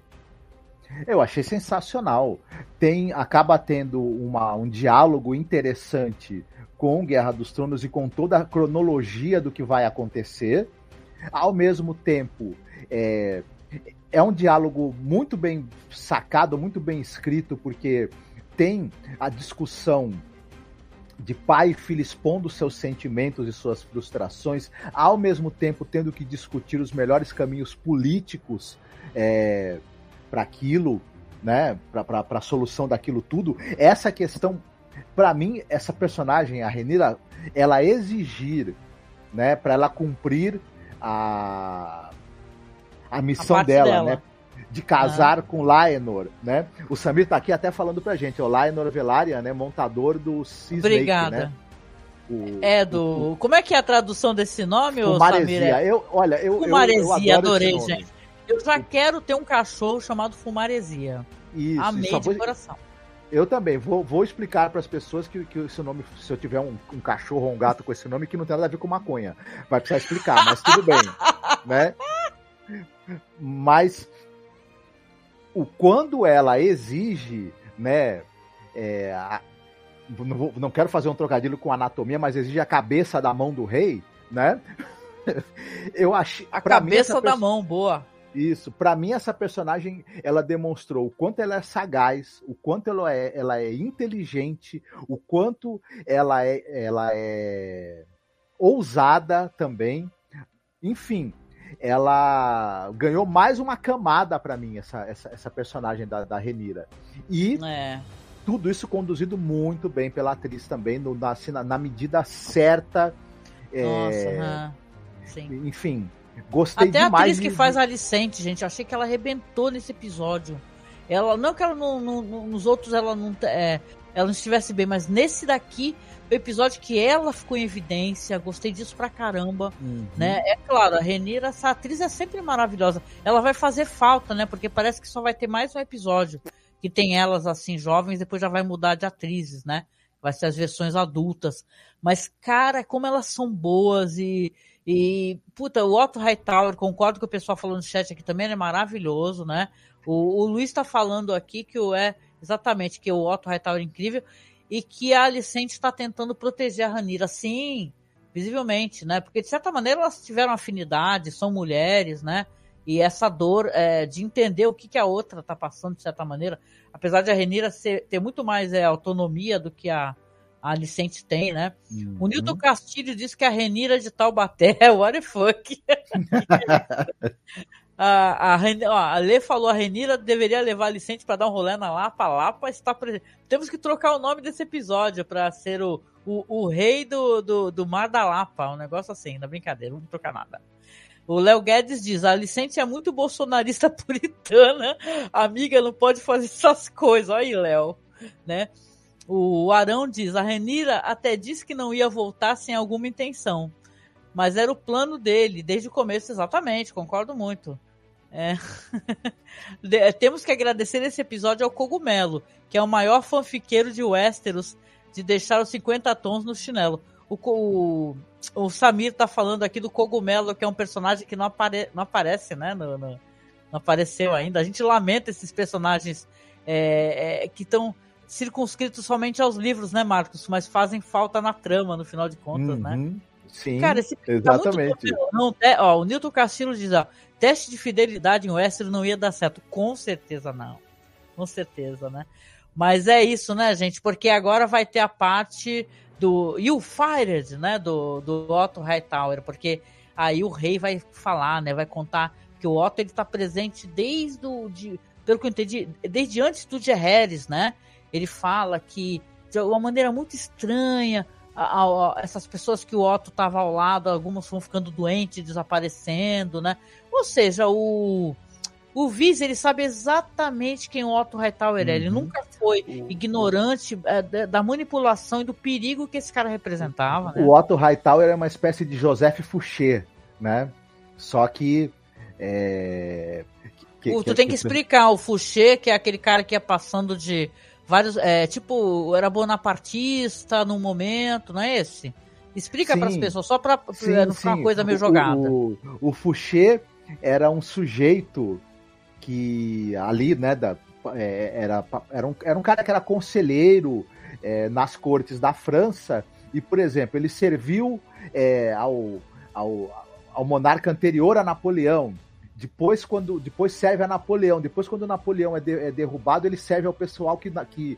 Eu achei sensacional. Tem, acaba tendo uma, um diálogo interessante com Guerra dos Tronos e com toda a cronologia do que vai acontecer. Ao mesmo tempo, é, é um diálogo muito bem sacado, muito bem escrito, porque tem a discussão de pai e filho expondo seus sentimentos e suas frustrações, ao mesmo tempo tendo que discutir os melhores caminhos políticos é, para aquilo, né, para a solução daquilo tudo. Essa questão, para mim, essa personagem, a Rhaenyra, ela exigir, né, para ela cumprir a, a missão a dela, dela, né, de casar ah. com Laenor, né? O Samir tá aqui até falando pra gente, é o Laenor Velaryon, né, montador do Sea Snake, Obrigada. Né? O, é do... O, como é que é a tradução desse nome, ô Samir? É... Eu, olha, eu, Fumaresia, eu, eu adorei, gente. Eu já quero ter um cachorro chamado Fumaresia. Isso, amei isso, de vou... coração. Eu também, vou, vou explicar para as pessoas que, que esse nome, se eu tiver um, um cachorro ou um gato com esse nome, que não tem nada a ver com maconha. Vai precisar explicar, mas tudo bem, né? Mas o, quando ela exige, né, é, a, não, vou, não quero fazer um trocadilho com anatomia, mas exige a cabeça da mão do rei, né? Eu achei... A cabeça mim, da pessoa, mão, boa. Isso, pra mim essa personagem, ela demonstrou o quanto ela é sagaz, o quanto ela é, ela é inteligente, o quanto ela é, ela é ousada também. Enfim, ela ganhou mais uma camada pra mim, essa, essa, essa personagem da, da Rhaenyra. E É. tudo isso conduzido muito bem pela atriz também, no, na, assim, na, na medida certa. é, Nossa, aham. Sim. Enfim, gostei Até a demais. atriz que de- faz a Alicente, gente, eu achei que ela arrebentou nesse episódio. Ela, não que ela não, não- não- nos outros ela não, é, ela não estivesse bem, mas nesse daqui, o episódio que ela ficou em evidência, gostei disso pra caramba, Uhum. né? É claro, a Rhaenyra, essa atriz é sempre maravilhosa. Ela vai fazer falta, né? Porque parece que só vai ter mais um episódio que tem elas assim jovens, depois já vai mudar de atrizes, né? Vai ser as versões adultas. Mas, cara, como elas são boas e, e puta, o Otto Hightower, concordo com o pessoal falando no chat aqui também, ele é maravilhoso, né? O, o Luiz tá falando aqui que o é, exatamente, que o Otto Hightower é incrível e que a Alicente está tentando proteger a Rhaenyra. Sim, visivelmente, né? Porque, de certa maneira, elas tiveram afinidade, são mulheres, né? E essa dor é, de entender o que, que a outra tá passando, de certa maneira, apesar de a Rhaenyra ser- ter muito mais é, autonomia do que a, a Alicente tem, né? Uhum. O Nilton Castilho disse que a Rhaenyra de Taubaté, what the fuck? a, a, Rhaeny- ó, a Lê falou, a Rhaenyra deveria levar a Alicente para dar um rolê na Lapa, Lapa está presente. Temos que trocar o nome desse episódio para ser o, o, o rei do, do, do Mar da Lapa, um negócio assim, não é brincadeira, não vamos trocar nada. O Léo Guedes diz, a Alicente é muito bolsonarista puritana, amiga, não pode fazer essas coisas. Olha aí, Léo, né? O Arão diz, a Rhaenyra até disse que não ia voltar sem alguma intenção, mas era o plano dele, desde o começo, exatamente, concordo muito. É. De- Temos que agradecer esse episódio ao Cogumelo, que é o maior fanfiqueiro de Westeros, de deixar os cinquenta tons no chinelo. O, co- o, o Samir tá falando aqui do Cogumelo, que é um personagem que não, apare, não aparece, né? No, no- não apareceu ainda. A gente lamenta esses personagens é, é, que estão circunscritos somente aos livros, né, Marcos? Mas fazem falta na trama, no final de contas, né? Uhum. Sim, Cara, esse tá exatamente. muito não, é, ó, o Nilton Castillo diz, ó, teste de fidelidade em Westeros não ia dar certo. Com certeza não. Com certeza, né? Mas é isso, né, gente? Porque agora vai ter a parte do You Fired, né? Do, do Otto Hightower. Porque aí o rei vai falar, né? Vai contar que o Otto, ele tá presente desde o... De, pelo que eu entendi, desde antes do Jaehaerys, né? Ele fala que, de uma maneira muito estranha, a, a, a, essas pessoas que o Otto tava ao lado, algumas vão ficando doentes, desaparecendo, né? Ou seja, o... O Viz, ele sabe exatamente quem o Otto Hightower é. Ele Uhum. nunca foi ignorante é, da da manipulação e do perigo que esse cara representava, né? O Otto Hightower é uma espécie de Joseph Fouché, né? Só que... É... que- O- tu que- tem que explicar o Fouché, que é aquele cara que ia passando de vários... É, tipo, era bonapartista no momento, não é esse? Explica Sim. para as pessoas, só para Sim, não ficar uma sim. coisa meio O- jogada. O, o, o Fouché era um sujeito que ali, né, da, é, era, era, um, era um cara que era conselheiro é, nas cortes da França e, por exemplo, ele serviu é, ao, ao, ao monarca anterior a Napoleão. Depois, quando, depois serve a Napoleão. Depois, quando Napoleão é, de, é derrubado, ele serve ao pessoal que, que,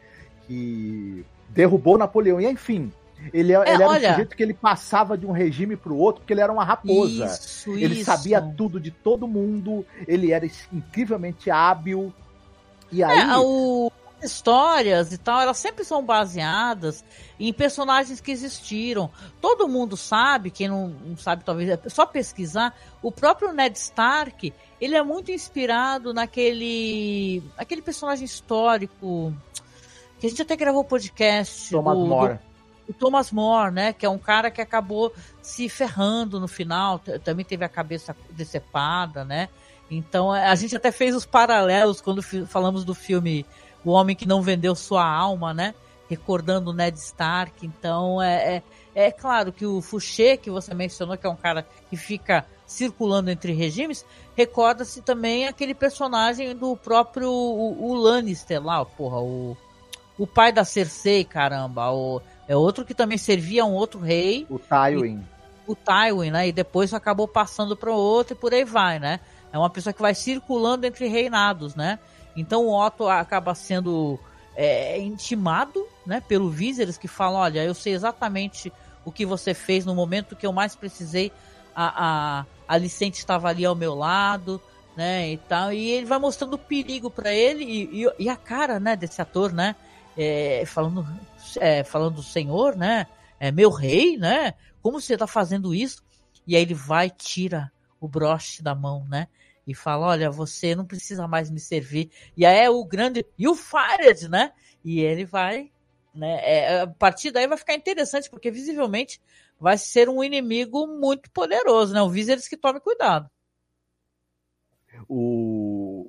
que derrubou Napoleão. E, enfim, ele, é, ele era olha- um sujeito que ele passava de um regime para o outro, porque ele era uma raposa. Isso, Ele isso. sabia tudo de todo mundo, ele era incrivelmente hábil. E aí, É, o... as histórias e tal, elas sempre são baseadas em personagens que existiram. Todo mundo sabe, quem não, não sabe talvez é só pesquisar, o próprio Ned Stark, ele é muito inspirado naquele aquele personagem histórico que a gente até gravou podcast. Thomas do- More. do- o Thomas More, né, que é um cara que acabou se ferrando no final, t- também teve a cabeça decepada, né? Então a gente até fez os paralelos quando fi- falamos do filme O Homem que Não Vendeu Sua Alma, né? Recordando o Ned Stark. Então é, é, é claro que o Fouché, que você mencionou, que é um cara que fica circulando entre regimes, recorda-se também aquele personagem do próprio o, o Lannister lá, porra, o, o pai da Cersei, caramba, o, é outro que também servia a um outro rei, O Tywin. o Tywin, né? E depois acabou passando para o outro e por aí vai, né? É uma pessoa que vai circulando entre reinados, né? Então o Otto acaba sendo é, intimado, né, pelo Viserys, que fala, olha, eu sei exatamente o que você fez no momento que eu mais precisei, a, a, a Alicente estava ali ao meu lado, né, e tal, e ele vai mostrando o perigo para ele, e, e, e a cara, né, desse ator, né, é, falando, é, falando do senhor, né, é, meu rei, né, como você tá fazendo isso? E aí ele vai e tira o broche da mão, né, e fala, olha, você não precisa mais me servir. E aí é o grande, you fired, né? E ele vai, né? É, a partir daí vai ficar interessante, porque visivelmente vai ser um inimigo muito poderoso, né? O Viserys que tome cuidado. O,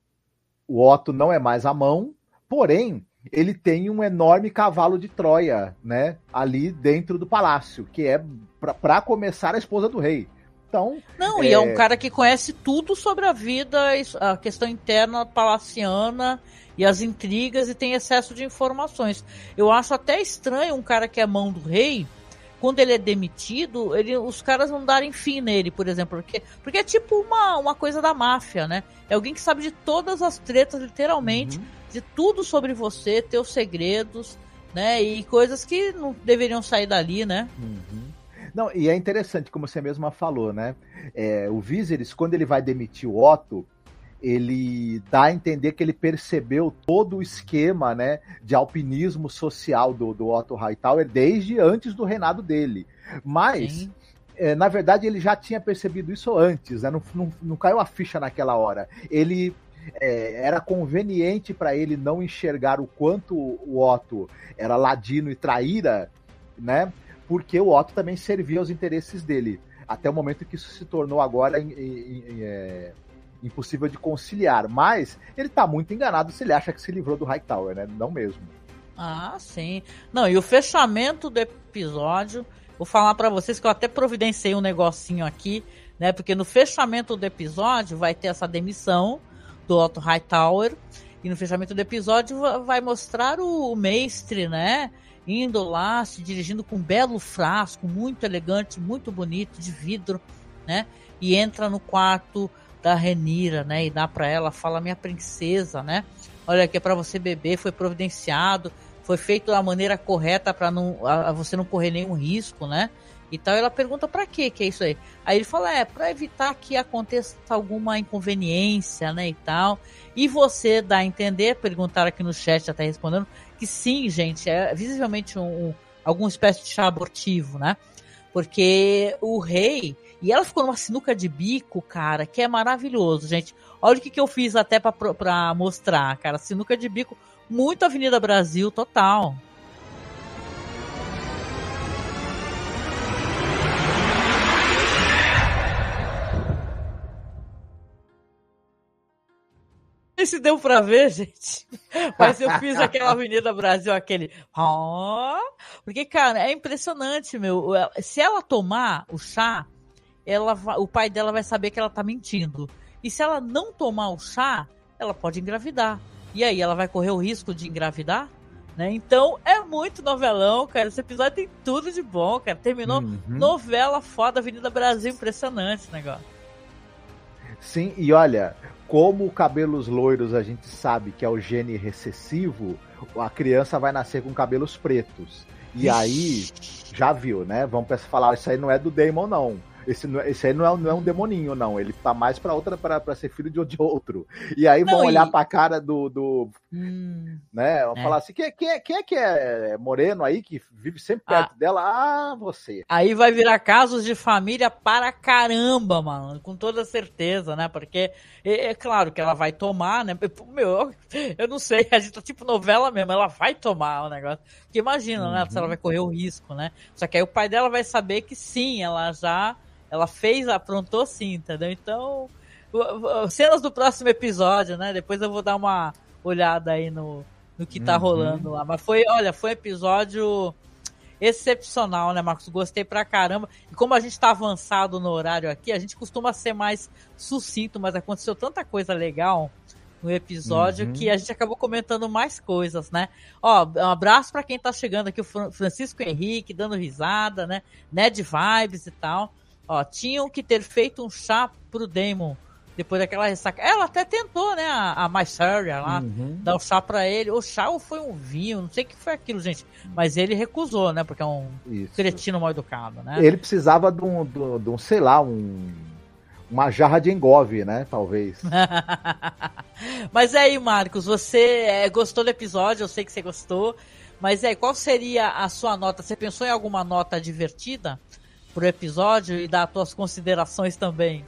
o Otto não é mais a mão, porém, ele tem um enorme cavalo de Troia, né? Ali dentro do palácio, que é para começar a esposa do rei. Então, não, é... e é um cara que conhece tudo sobre a vida, a questão interna palaciana e as intrigas, e tem excesso de informações. Eu acho até estranho um cara que é mão do rei, quando ele é demitido, ele, os caras não darem fim nele, por exemplo, porque, porque é tipo uma, uma coisa da máfia, né? É alguém que sabe de todas as tretas, literalmente, uhum. de tudo sobre você, teus segredos, né? E coisas que não deveriam sair dali, né? Uhum. Não, e é interessante, como você mesma falou, né? É, o Viserys, quando ele vai demitir o Otto, ele dá a entender que ele percebeu todo o esquema, né, de alpinismo social do, do Otto Hightower desde antes do reinado dele. Mas, é, na verdade, ele já tinha percebido isso antes, né? Não, não, não caiu a ficha naquela hora. Ele... É, era conveniente para ele não enxergar o quanto o Otto era ladino e traíra, né? Porque o Otto também servia aos interesses dele, até o momento que isso se tornou agora in, in, in, é, impossível de conciliar. Mas ele tá muito enganado se ele acha que se livrou do Hightower, né? Não mesmo. Ah, sim. Não, e o fechamento do episódio, vou falar para vocês que eu até providenciei um negocinho aqui, né? Porque no fechamento do episódio vai ter essa demissão do Otto Hightower, e no fechamento do episódio vai mostrar o mestre, né? Indo lá, se dirigindo com um belo frasco, muito elegante, muito bonito, de vidro, né? E entra no quarto da Rhaenyra, né? E dá pra ela, fala, minha princesa, né? Olha, aqui é pra você beber, foi providenciado, foi feito da maneira correta pra não, a, a você não correr nenhum risco, né? E tal, ela pergunta pra quê que é isso aí? Aí ele fala, é, pra evitar que aconteça alguma inconveniência, né, e tal. E você dá a entender, perguntaram aqui no chat, até respondendo, que sim, gente, é visivelmente um, um, alguma espécie de chá abortivo, né? Porque o rei, e ela ficou numa sinuca de bico, cara, que é maravilhoso, gente. Olha o que, que eu fiz até pra, pra mostrar, cara, sinuca de bico, muito Avenida Brasil, total. Se deu pra ver, gente, mas eu fiz aquela Avenida Brasil, aquele oh, porque, cara, é impressionante, meu, se ela tomar o chá, ela vai, o pai dela vai saber que ela tá mentindo, e se ela não tomar o chá, ela pode engravidar, e aí ela vai correr o risco de engravidar, né? Então é muito novelão, cara, esse episódio tem tudo de bom, cara, terminou uhum. novela foda, Avenida Brasil, impressionante esse negócio. Sim, e olha, como cabelos loiros a gente sabe que é o gene recessivo, a criança vai nascer com cabelos pretos. E aí, já viu, né? Vamos falar, isso aí não é do Daemon, não. Esse, esse aí não é, não é um demoninho, não. Ele tá mais pra outra, pra, pra ser filho de, de outro. E aí vão não, olhar e... pra cara do... do hum, né? Vão é. falar assim, quem, quem, quem é que é moreno aí, que vive sempre perto ah. dela? Ah, você. Aí vai virar casos de família para caramba, mano. Com toda certeza, né? Porque é, é claro que ela vai tomar, né? Meu, eu não sei, a gente tá tipo novela mesmo. Ela vai tomar o negócio. Porque imagina, uhum. né? Se ela vai correr o risco, né? Só que aí o pai dela vai saber que sim, ela já... Ela fez, aprontou sim, entendeu? Então, cenas do próximo episódio, né? Depois eu vou dar uma olhada aí no, no que tá uhum. rolando lá. Mas foi, olha, foi um episódio excepcional, né, Marcos? Gostei pra caramba. E como a gente tá avançado no horário aqui, a gente costuma ser mais sucinto, mas aconteceu tanta coisa legal no episódio uhum. que a gente acabou comentando mais coisas, né? Ó, um abraço pra quem tá chegando aqui, o Francisco Henrique, dando risada, né? Ned Vibes e tal. Ó, tinham que ter feito um chá pro Daemon depois daquela ressaca. Ela até tentou, né, a, a Mysaria lá, Uhum. dar o chá pra ele. O chá ou foi um vinho, não sei o que foi aquilo, gente. Mas ele recusou, né, porque é um Isso. cretino mal educado, né? Ele precisava de um, de um- de um, sei lá, um, uma jarra de engove, né? Talvez. Mas aí, Marcos, você é, gostou do episódio? Eu sei que você gostou. Mas aí, qual seria a sua nota? Você pensou em alguma nota divertida pro episódio e dar as suas considerações também?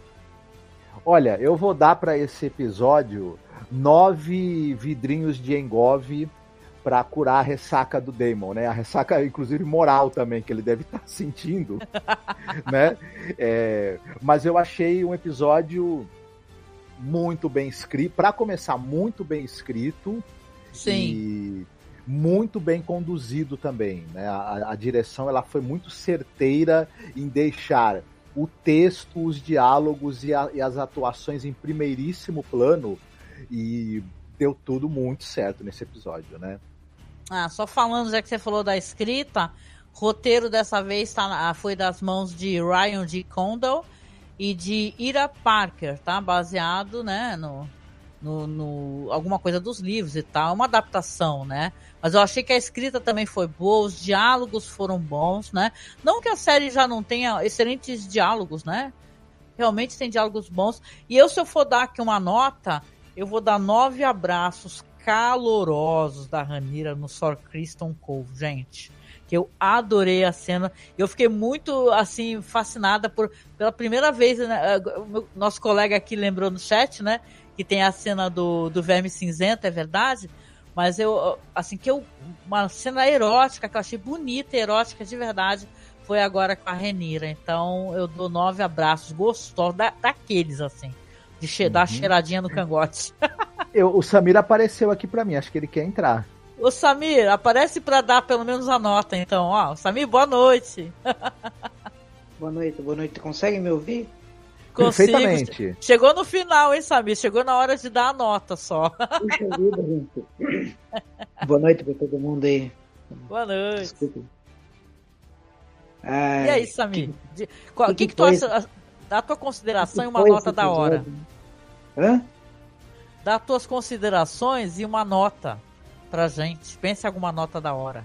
Olha, eu vou dar para esse episódio nove vidrinhos de engove para curar a ressaca do Damon, né? A ressaca, inclusive, moral também, que ele deve estar sentindo, né? É, mas eu achei um episódio muito bem escrito, para começar, muito bem escrito. Sim. E muito bem conduzido também, né? A, a direção ela foi muito certeira em deixar o texto, os diálogos e, a, e as atuações em primeiríssimo plano, e deu tudo muito certo nesse episódio, né? Ah, só falando, já que você falou da escrita, roteiro dessa vez tá, na- foi das mãos de Ryan G. Condal e de Ira Parker, tá? Baseado, né, no, no, no- alguma coisa dos livros e tal, uma adaptação, né? Mas eu achei que a escrita também foi boa, os diálogos foram bons, né? Não que a série já não tenha excelentes diálogos, né? Realmente tem diálogos bons. E eu, se eu for dar aqui uma nota, eu vou dar nove abraços calorosos da Rhaenyra no Sir Criston Cole, gente. Que eu adorei a cena. Eu fiquei muito, assim, fascinada por... Pela primeira vez, né, o meu- nosso colega aqui lembrou no chat, né? Que tem a cena do, do Verme Cinzento, é verdade? Mas eu, assim, que eu... Uma cena erótica, que eu achei bonita, erótica de verdade, foi agora com a Rhaenyra. Então, eu dou nove abraços gostosos, da, daqueles, assim. De che- dar cheiradinha no cangote. Eu, o Samir apareceu aqui para mim, acho que ele quer entrar. Ô Samir, aparece pra dar pelo menos a nota, então. Ó, Samir, boa noite. Boa noite, boa noite. Consegue me ouvir? Consigo. Perfeitamente. Chegou no final, hein, Samir? Chegou na hora de dar a nota só. Puxa vida, gente. Boa noite pra todo mundo aí. Boa noite. Desculpa. E Ai, aí, Samir? De- qual- O que, que que tu foi acha? Dá a tua consideração e que uma foi nota esse da hora. episódio? Hã? Dá as tuas considerações e uma nota pra gente. Pense em alguma nota da hora.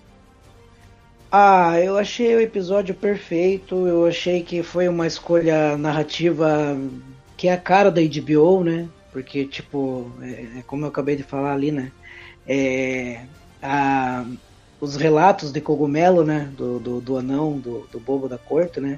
Ah, eu achei o episódio perfeito. Eu achei que foi uma escolha narrativa que é a cara da H B O, né? Porque, tipo, é, é como eu acabei de falar ali, né? É, a, os relatos de cogumelo, né? Do, do, do anão, do, do bobo da corte, né?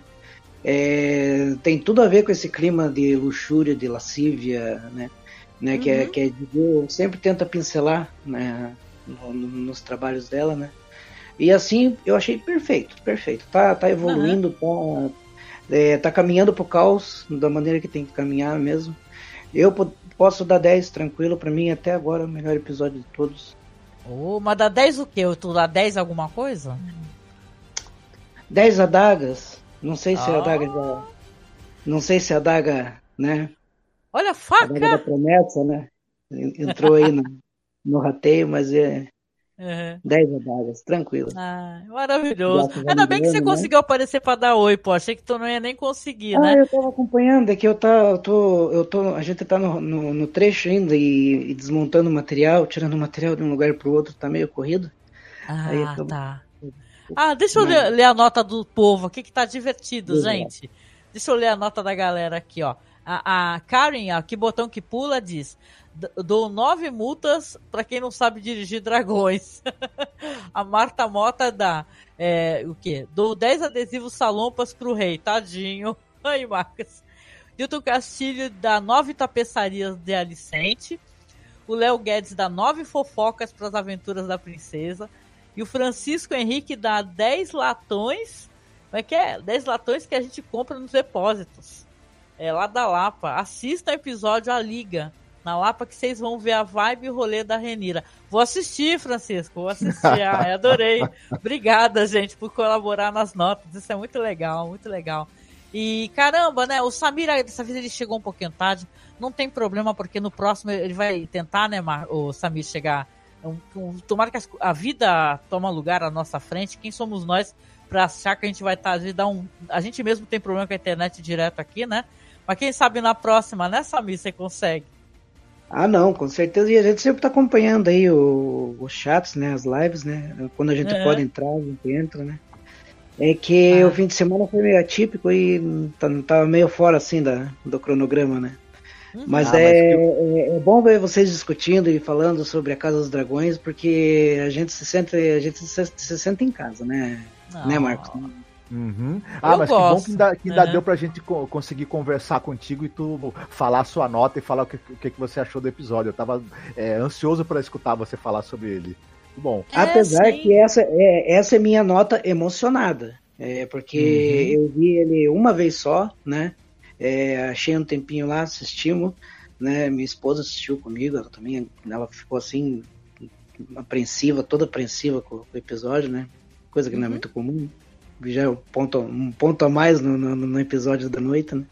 É, tem tudo a ver com esse clima de luxúria, de lascívia, né? né? Que, é, Uhum. que a H B O sempre tenta pincelar, né? no- no- nos trabalhos dela, né? E assim, eu achei perfeito, perfeito. Tá, tá evoluindo, tá, é, tá caminhando pro caos da maneira que tem que caminhar mesmo. Eu po- posso dar dez tranquilo, pra mim até agora o melhor episódio de todos. Ô, mas dá dez o quê? Tu dá dez alguma coisa? dez adagas, não sei se Ah. a adaga já... Não sei se a adaga, né? Olha a A adaga da faca! promessa, né? Entrou aí no, no rateio, mas é Uhum. dez adagas, tranquilo. Ah, maravilhoso. Graças Ainda a bem que você Deus, né? conseguiu aparecer pra dar oi, pô. Achei que tu não ia nem conseguir, Ah, né? eu tava acompanhando, é que eu, tá, eu tô, eu tô, a gente tá no, no, no trecho ainda e, e desmontando o material, tirando o material de um lugar pro outro, tá meio corrido. Aí eu Ah, tô- tá. Ah, deixa eu ler, ler a nota do povo aqui que tá divertido, Exato. gente. Deixa eu ler a nota da galera aqui, ó. A, a Karen, ó, que botão que pula, diz: "D- dou nove multas pra quem não sabe dirigir dragões. A Marta Mota dá é, o quê? Dou dez adesivos salompas pro rei, tadinho. Aí, Marcos. Hilton Castilho dá nove tapeçarias de Alicente. O Léo Guedes dá nove fofocas para as aventuras da princesa. E o Francisco Henrique dá dez latões. Como é que é? dez latões que a gente compra nos depósitos. É lá da Lapa. Assista o episódio A Liga. Na Lapa que vocês vão ver a vibe e o rolê da Rhaenyra. Vou assistir, Francisco. Vou assistir. Ah, adorei. Obrigada, gente, por colaborar nas notas. Isso é muito legal, muito legal. E caramba, né? O Samir, dessa vez ele chegou um pouquinho tarde. Não tem problema, porque no próximo ele vai tentar, né, Mar- o Samir, chegar. Um, um, tomara que as- a vida toma lugar à nossa frente. Quem somos nós pra achar que a gente vai estar. Tá, dar um, a gente mesmo tem problema com a internet direto aqui, né? Mas quem sabe na próxima, né, Samir, você consegue? Ah, não, com certeza. E a gente sempre tá acompanhando aí o- os chats, né? As lives, né? Quando a gente É. pode entrar, a gente entra, né? É que Ah. o fim de semana foi meio atípico e tá- tava meio fora, assim, da, do cronograma, né? Mas, Ah, é, mas é, é bom ver vocês discutindo e falando sobre a Casa dos Dragões, porque a gente se sente, a gente se, se sente em casa, né? Não. Né, Marcos? Uhum. Ah, Eu mas que bom gosto. que ainda, que ainda Uhum. deu pra gente co- conseguir conversar contigo e tu falar a sua nota e falar o que, o que que você achou do episódio. Eu tava é, ansioso pra escutar você falar sobre ele. Muito bom. É, Apesar sim. que essa é, essa é minha nota emocionada. É, porque Uhum. eu vi ele uma vez só, né? É, achei um tempinho lá, assistimos, né? Minha esposa assistiu comigo, ela também, ela ficou assim, apreensiva, toda apreensiva com, com o episódio, né? Coisa que não é Uhum. muito comum. Já é um ponto, um ponto a mais no, no, no episódio da noite, né?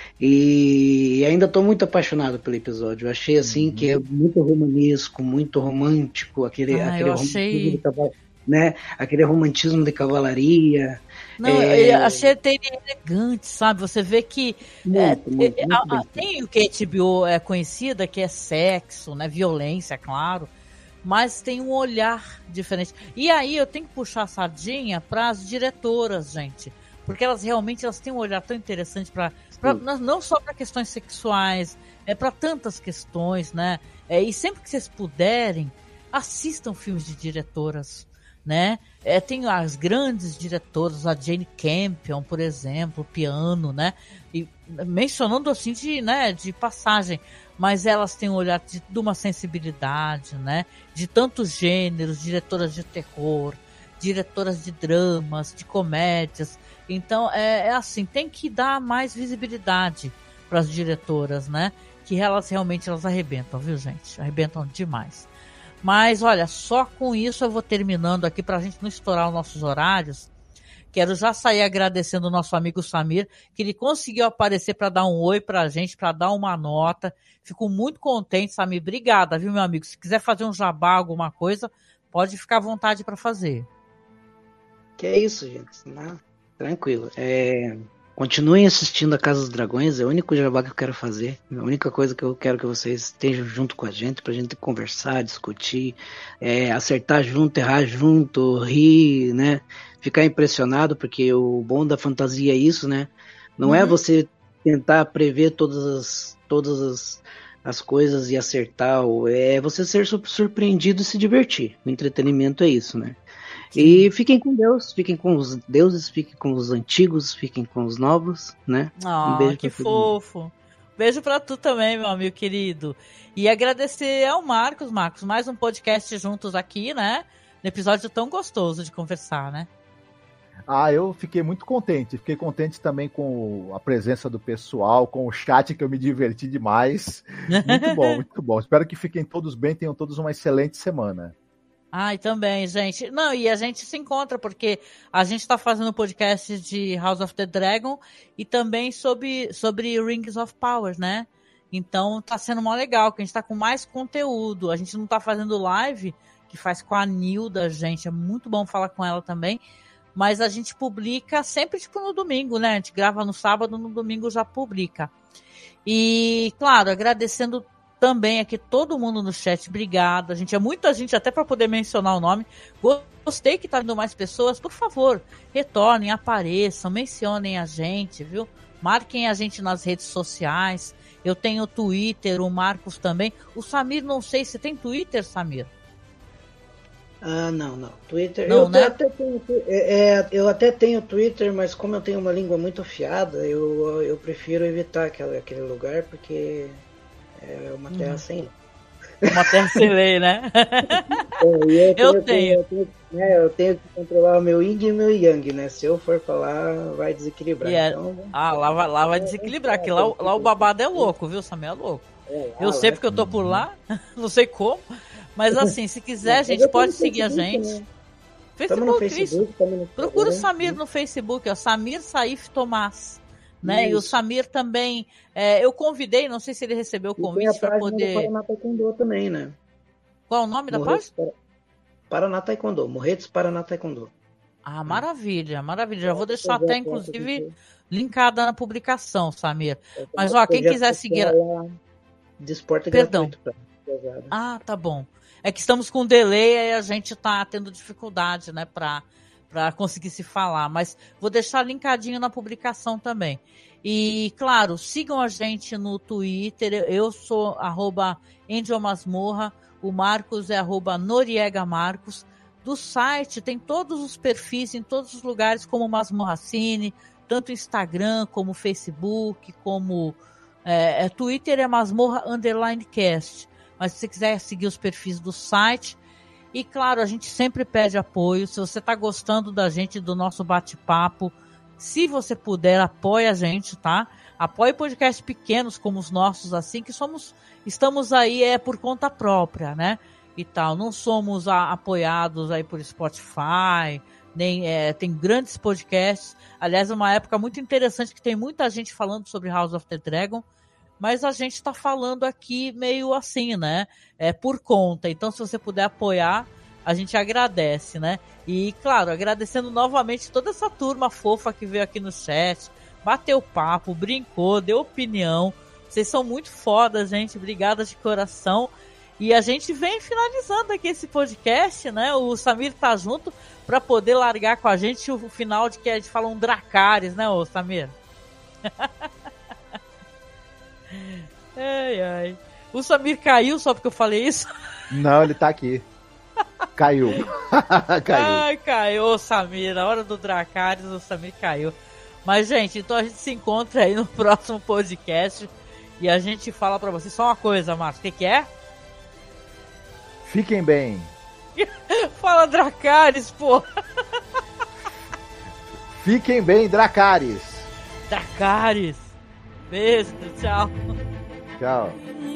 E ainda estou muito apaixonado pelo episódio. Eu achei assim Uhum. que é muito romanesco, muito romântico, aquele, Ah, aquele eu romantismo achei- de cavalo, né? Aquele romantismo de cavalaria. Não, É. eu achei até ele elegante, sabe? Você vê que Muito, é, muito, é, muito a- bem a- tem o que a H B O é conhecida, que é sexo, né? Violência, claro. Mas tem um olhar diferente. E aí eu tenho que puxar a sardinha para as diretoras, gente. Porque elas realmente elas têm um olhar tão interessante para não só para questões sexuais, é para tantas questões, né? É, e sempre que vocês puderem, assistam filmes de diretoras, né? É, tem as grandes diretoras, a Jane Campion, por exemplo, piano, né? E mencionando assim de, né, de passagem, mas elas têm um olhar de, de uma sensibilidade, né? De tantos gêneros, diretoras de terror, diretoras de dramas, de comédias. Então, é, é assim, tem que dar mais visibilidade para as diretoras, né? Que elas realmente elas arrebentam, viu, gente? Arrebentam demais. Mas, olha, só com isso eu vou terminando aqui para a gente não estourar os nossos horários. Quero já sair agradecendo o nosso amigo Samir, que ele conseguiu aparecer para dar um oi para a gente, para dar uma nota. Fico muito contente, Samir. Obrigada, viu, meu amigo? Se quiser fazer um jabá, alguma coisa, pode ficar à vontade para fazer. Que é isso, gente. Não, tranquilo. É, continuem assistindo a Casa dos Dragões, é o único jabá que eu quero fazer. A única coisa que eu quero que vocês estejam junto com a gente, pra gente conversar, discutir, é, acertar junto, errar junto, rir, né? Ficar impressionado, porque o bom da fantasia é isso, né? Não Uhum. é você tentar prever todas as, todas as, as coisas e acertar, é você ser surpreendido e se divertir. O entretenimento é isso, né? E fiquem com Deus, fiquem com os deuses, fiquem com os antigos, fiquem com os novos, né? Ah, Um beijo que pra todo mundo. fofo. Beijo pra tu também, meu amigo querido. E agradecer ao Marcos, Marcos, mais um podcast juntos aqui, né? Um episódio tão gostoso de conversar, né? Ah, eu fiquei muito contente. Fiquei contente também com a presença do pessoal, com o chat, que eu me diverti demais. Muito bom, muito bom. Espero que fiquem todos bem, tenham todos uma excelente semana. Ai, também, gente. Não, e a gente se encontra, porque a gente tá fazendo um podcast de House of the Dragon e também sobre, sobre Rings of Power, né? Então tá sendo mó legal, que a gente tá com mais conteúdo. A gente não tá fazendo live, que faz com a Nilda, gente. É muito bom falar com ela também. Mas a gente publica sempre, tipo, no domingo, né? A gente grava no sábado, no domingo já publica. E, claro, agradecendo também aqui todo mundo no chat, obrigada. A gente é muita gente, até para poder mencionar o nome. Gostei que tá vindo mais pessoas. Por favor, retornem, apareçam, mencionem a gente, viu? Marquem a gente nas redes sociais. Eu tenho o Twitter, o Marcos também. O Samir, não sei se tem Twitter, Samir. Ah, não, não. Twitter. Não, eu, né? até tenho, é, é, eu até tenho Twitter, mas como eu tenho uma língua muito afiada, eu, eu prefiro evitar aquele, aquele lugar, porque é uma terra Hum. sem lei. Uma terra sem lei, né? É, e Eu tenho. Eu tenho, né, eu tenho que controlar o meu yin e o meu yang, né? Se eu for pra lá, vai desequilibrar. E é- Então, Ah, lá vai, lá vai desequilibrar, que lá, lá o babado é louco, viu, Samir? É louco. é, Eu ah, sei vai- porque eu tô por lá, não sei como. Mas assim, se quiser, a Mas gente eu tô pode no seguir a Facebook, gente. né? Tamo no Facebook, isso. Facebook, tamo no Procura o Instagram, Samir né? no Facebook, ó, Samir Saif Tomás. Né? E o Isso. Samir também, é, eu convidei, não sei se ele recebeu o E tem a convite para página do poder. Paraná Taekwondo também, né? Qual o nome da Morretes página? Para- Paraná Taekwondo. Morretes Paraná Taekwondo. Ah, maravilha, maravilha. Já vou deixar até, inclusive, linkada na publicação, Samir. Mas, ó, quem quiser seguir... Desporto Perdão. gratuito pra... Ah, tá bom. É que estamos com delay e a gente tá tendo dificuldade, né, pra, pra conseguir se falar. Mas vou deixar linkadinho na publicação também. E, claro, sigam a gente no Twitter. Eu sou arroba Angel Masmorra. O Marcos é arroba Noriega Marcos. Do site tem todos os perfis em todos os lugares, como Masmorra Cine, tanto Instagram como Facebook, como é, é, Twitter é Masmorra Underline Cast. Mas se você quiser seguir os perfis do site, e claro, a gente sempre pede apoio. Se você está gostando da gente, do nosso bate-papo, se você puder, apoie a gente, tá? Apoie podcasts pequenos como os nossos, assim, que somos, estamos aí é por conta própria, né? E tal, não somos a, apoiados aí por Spotify, nem é, tem grandes podcasts. Aliás, é uma época muito interessante que tem muita gente falando sobre House of the Dragon, mas a gente está falando aqui meio assim, né? É por conta. Então, se você puder apoiar, a gente agradece, né? E, claro, agradecendo novamente toda essa turma fofa que veio aqui no chat, bateu papo, brincou, deu opinião. Vocês são muito foda, gente. Obrigada de coração. E a gente vem finalizando aqui esse podcast, né? O Samir tá junto para poder largar com a gente o final de que a gente fala um Dracarys, né, ô Samir? Ai, ai. O Samir caiu só porque eu falei isso? Não, ele tá aqui. Caiu. Caiu. Ai, caiu, ô Samir. Na hora do Dracarys, o Samir caiu. Mas, gente, então a gente se encontra aí no próximo podcast e a gente fala pra vocês só uma coisa, Marcos. O que que é? Fiquem bem. Fala Dracarys, pô. Fiquem bem, Dracarys. Dracarys. Beijo, tchau. Tchau.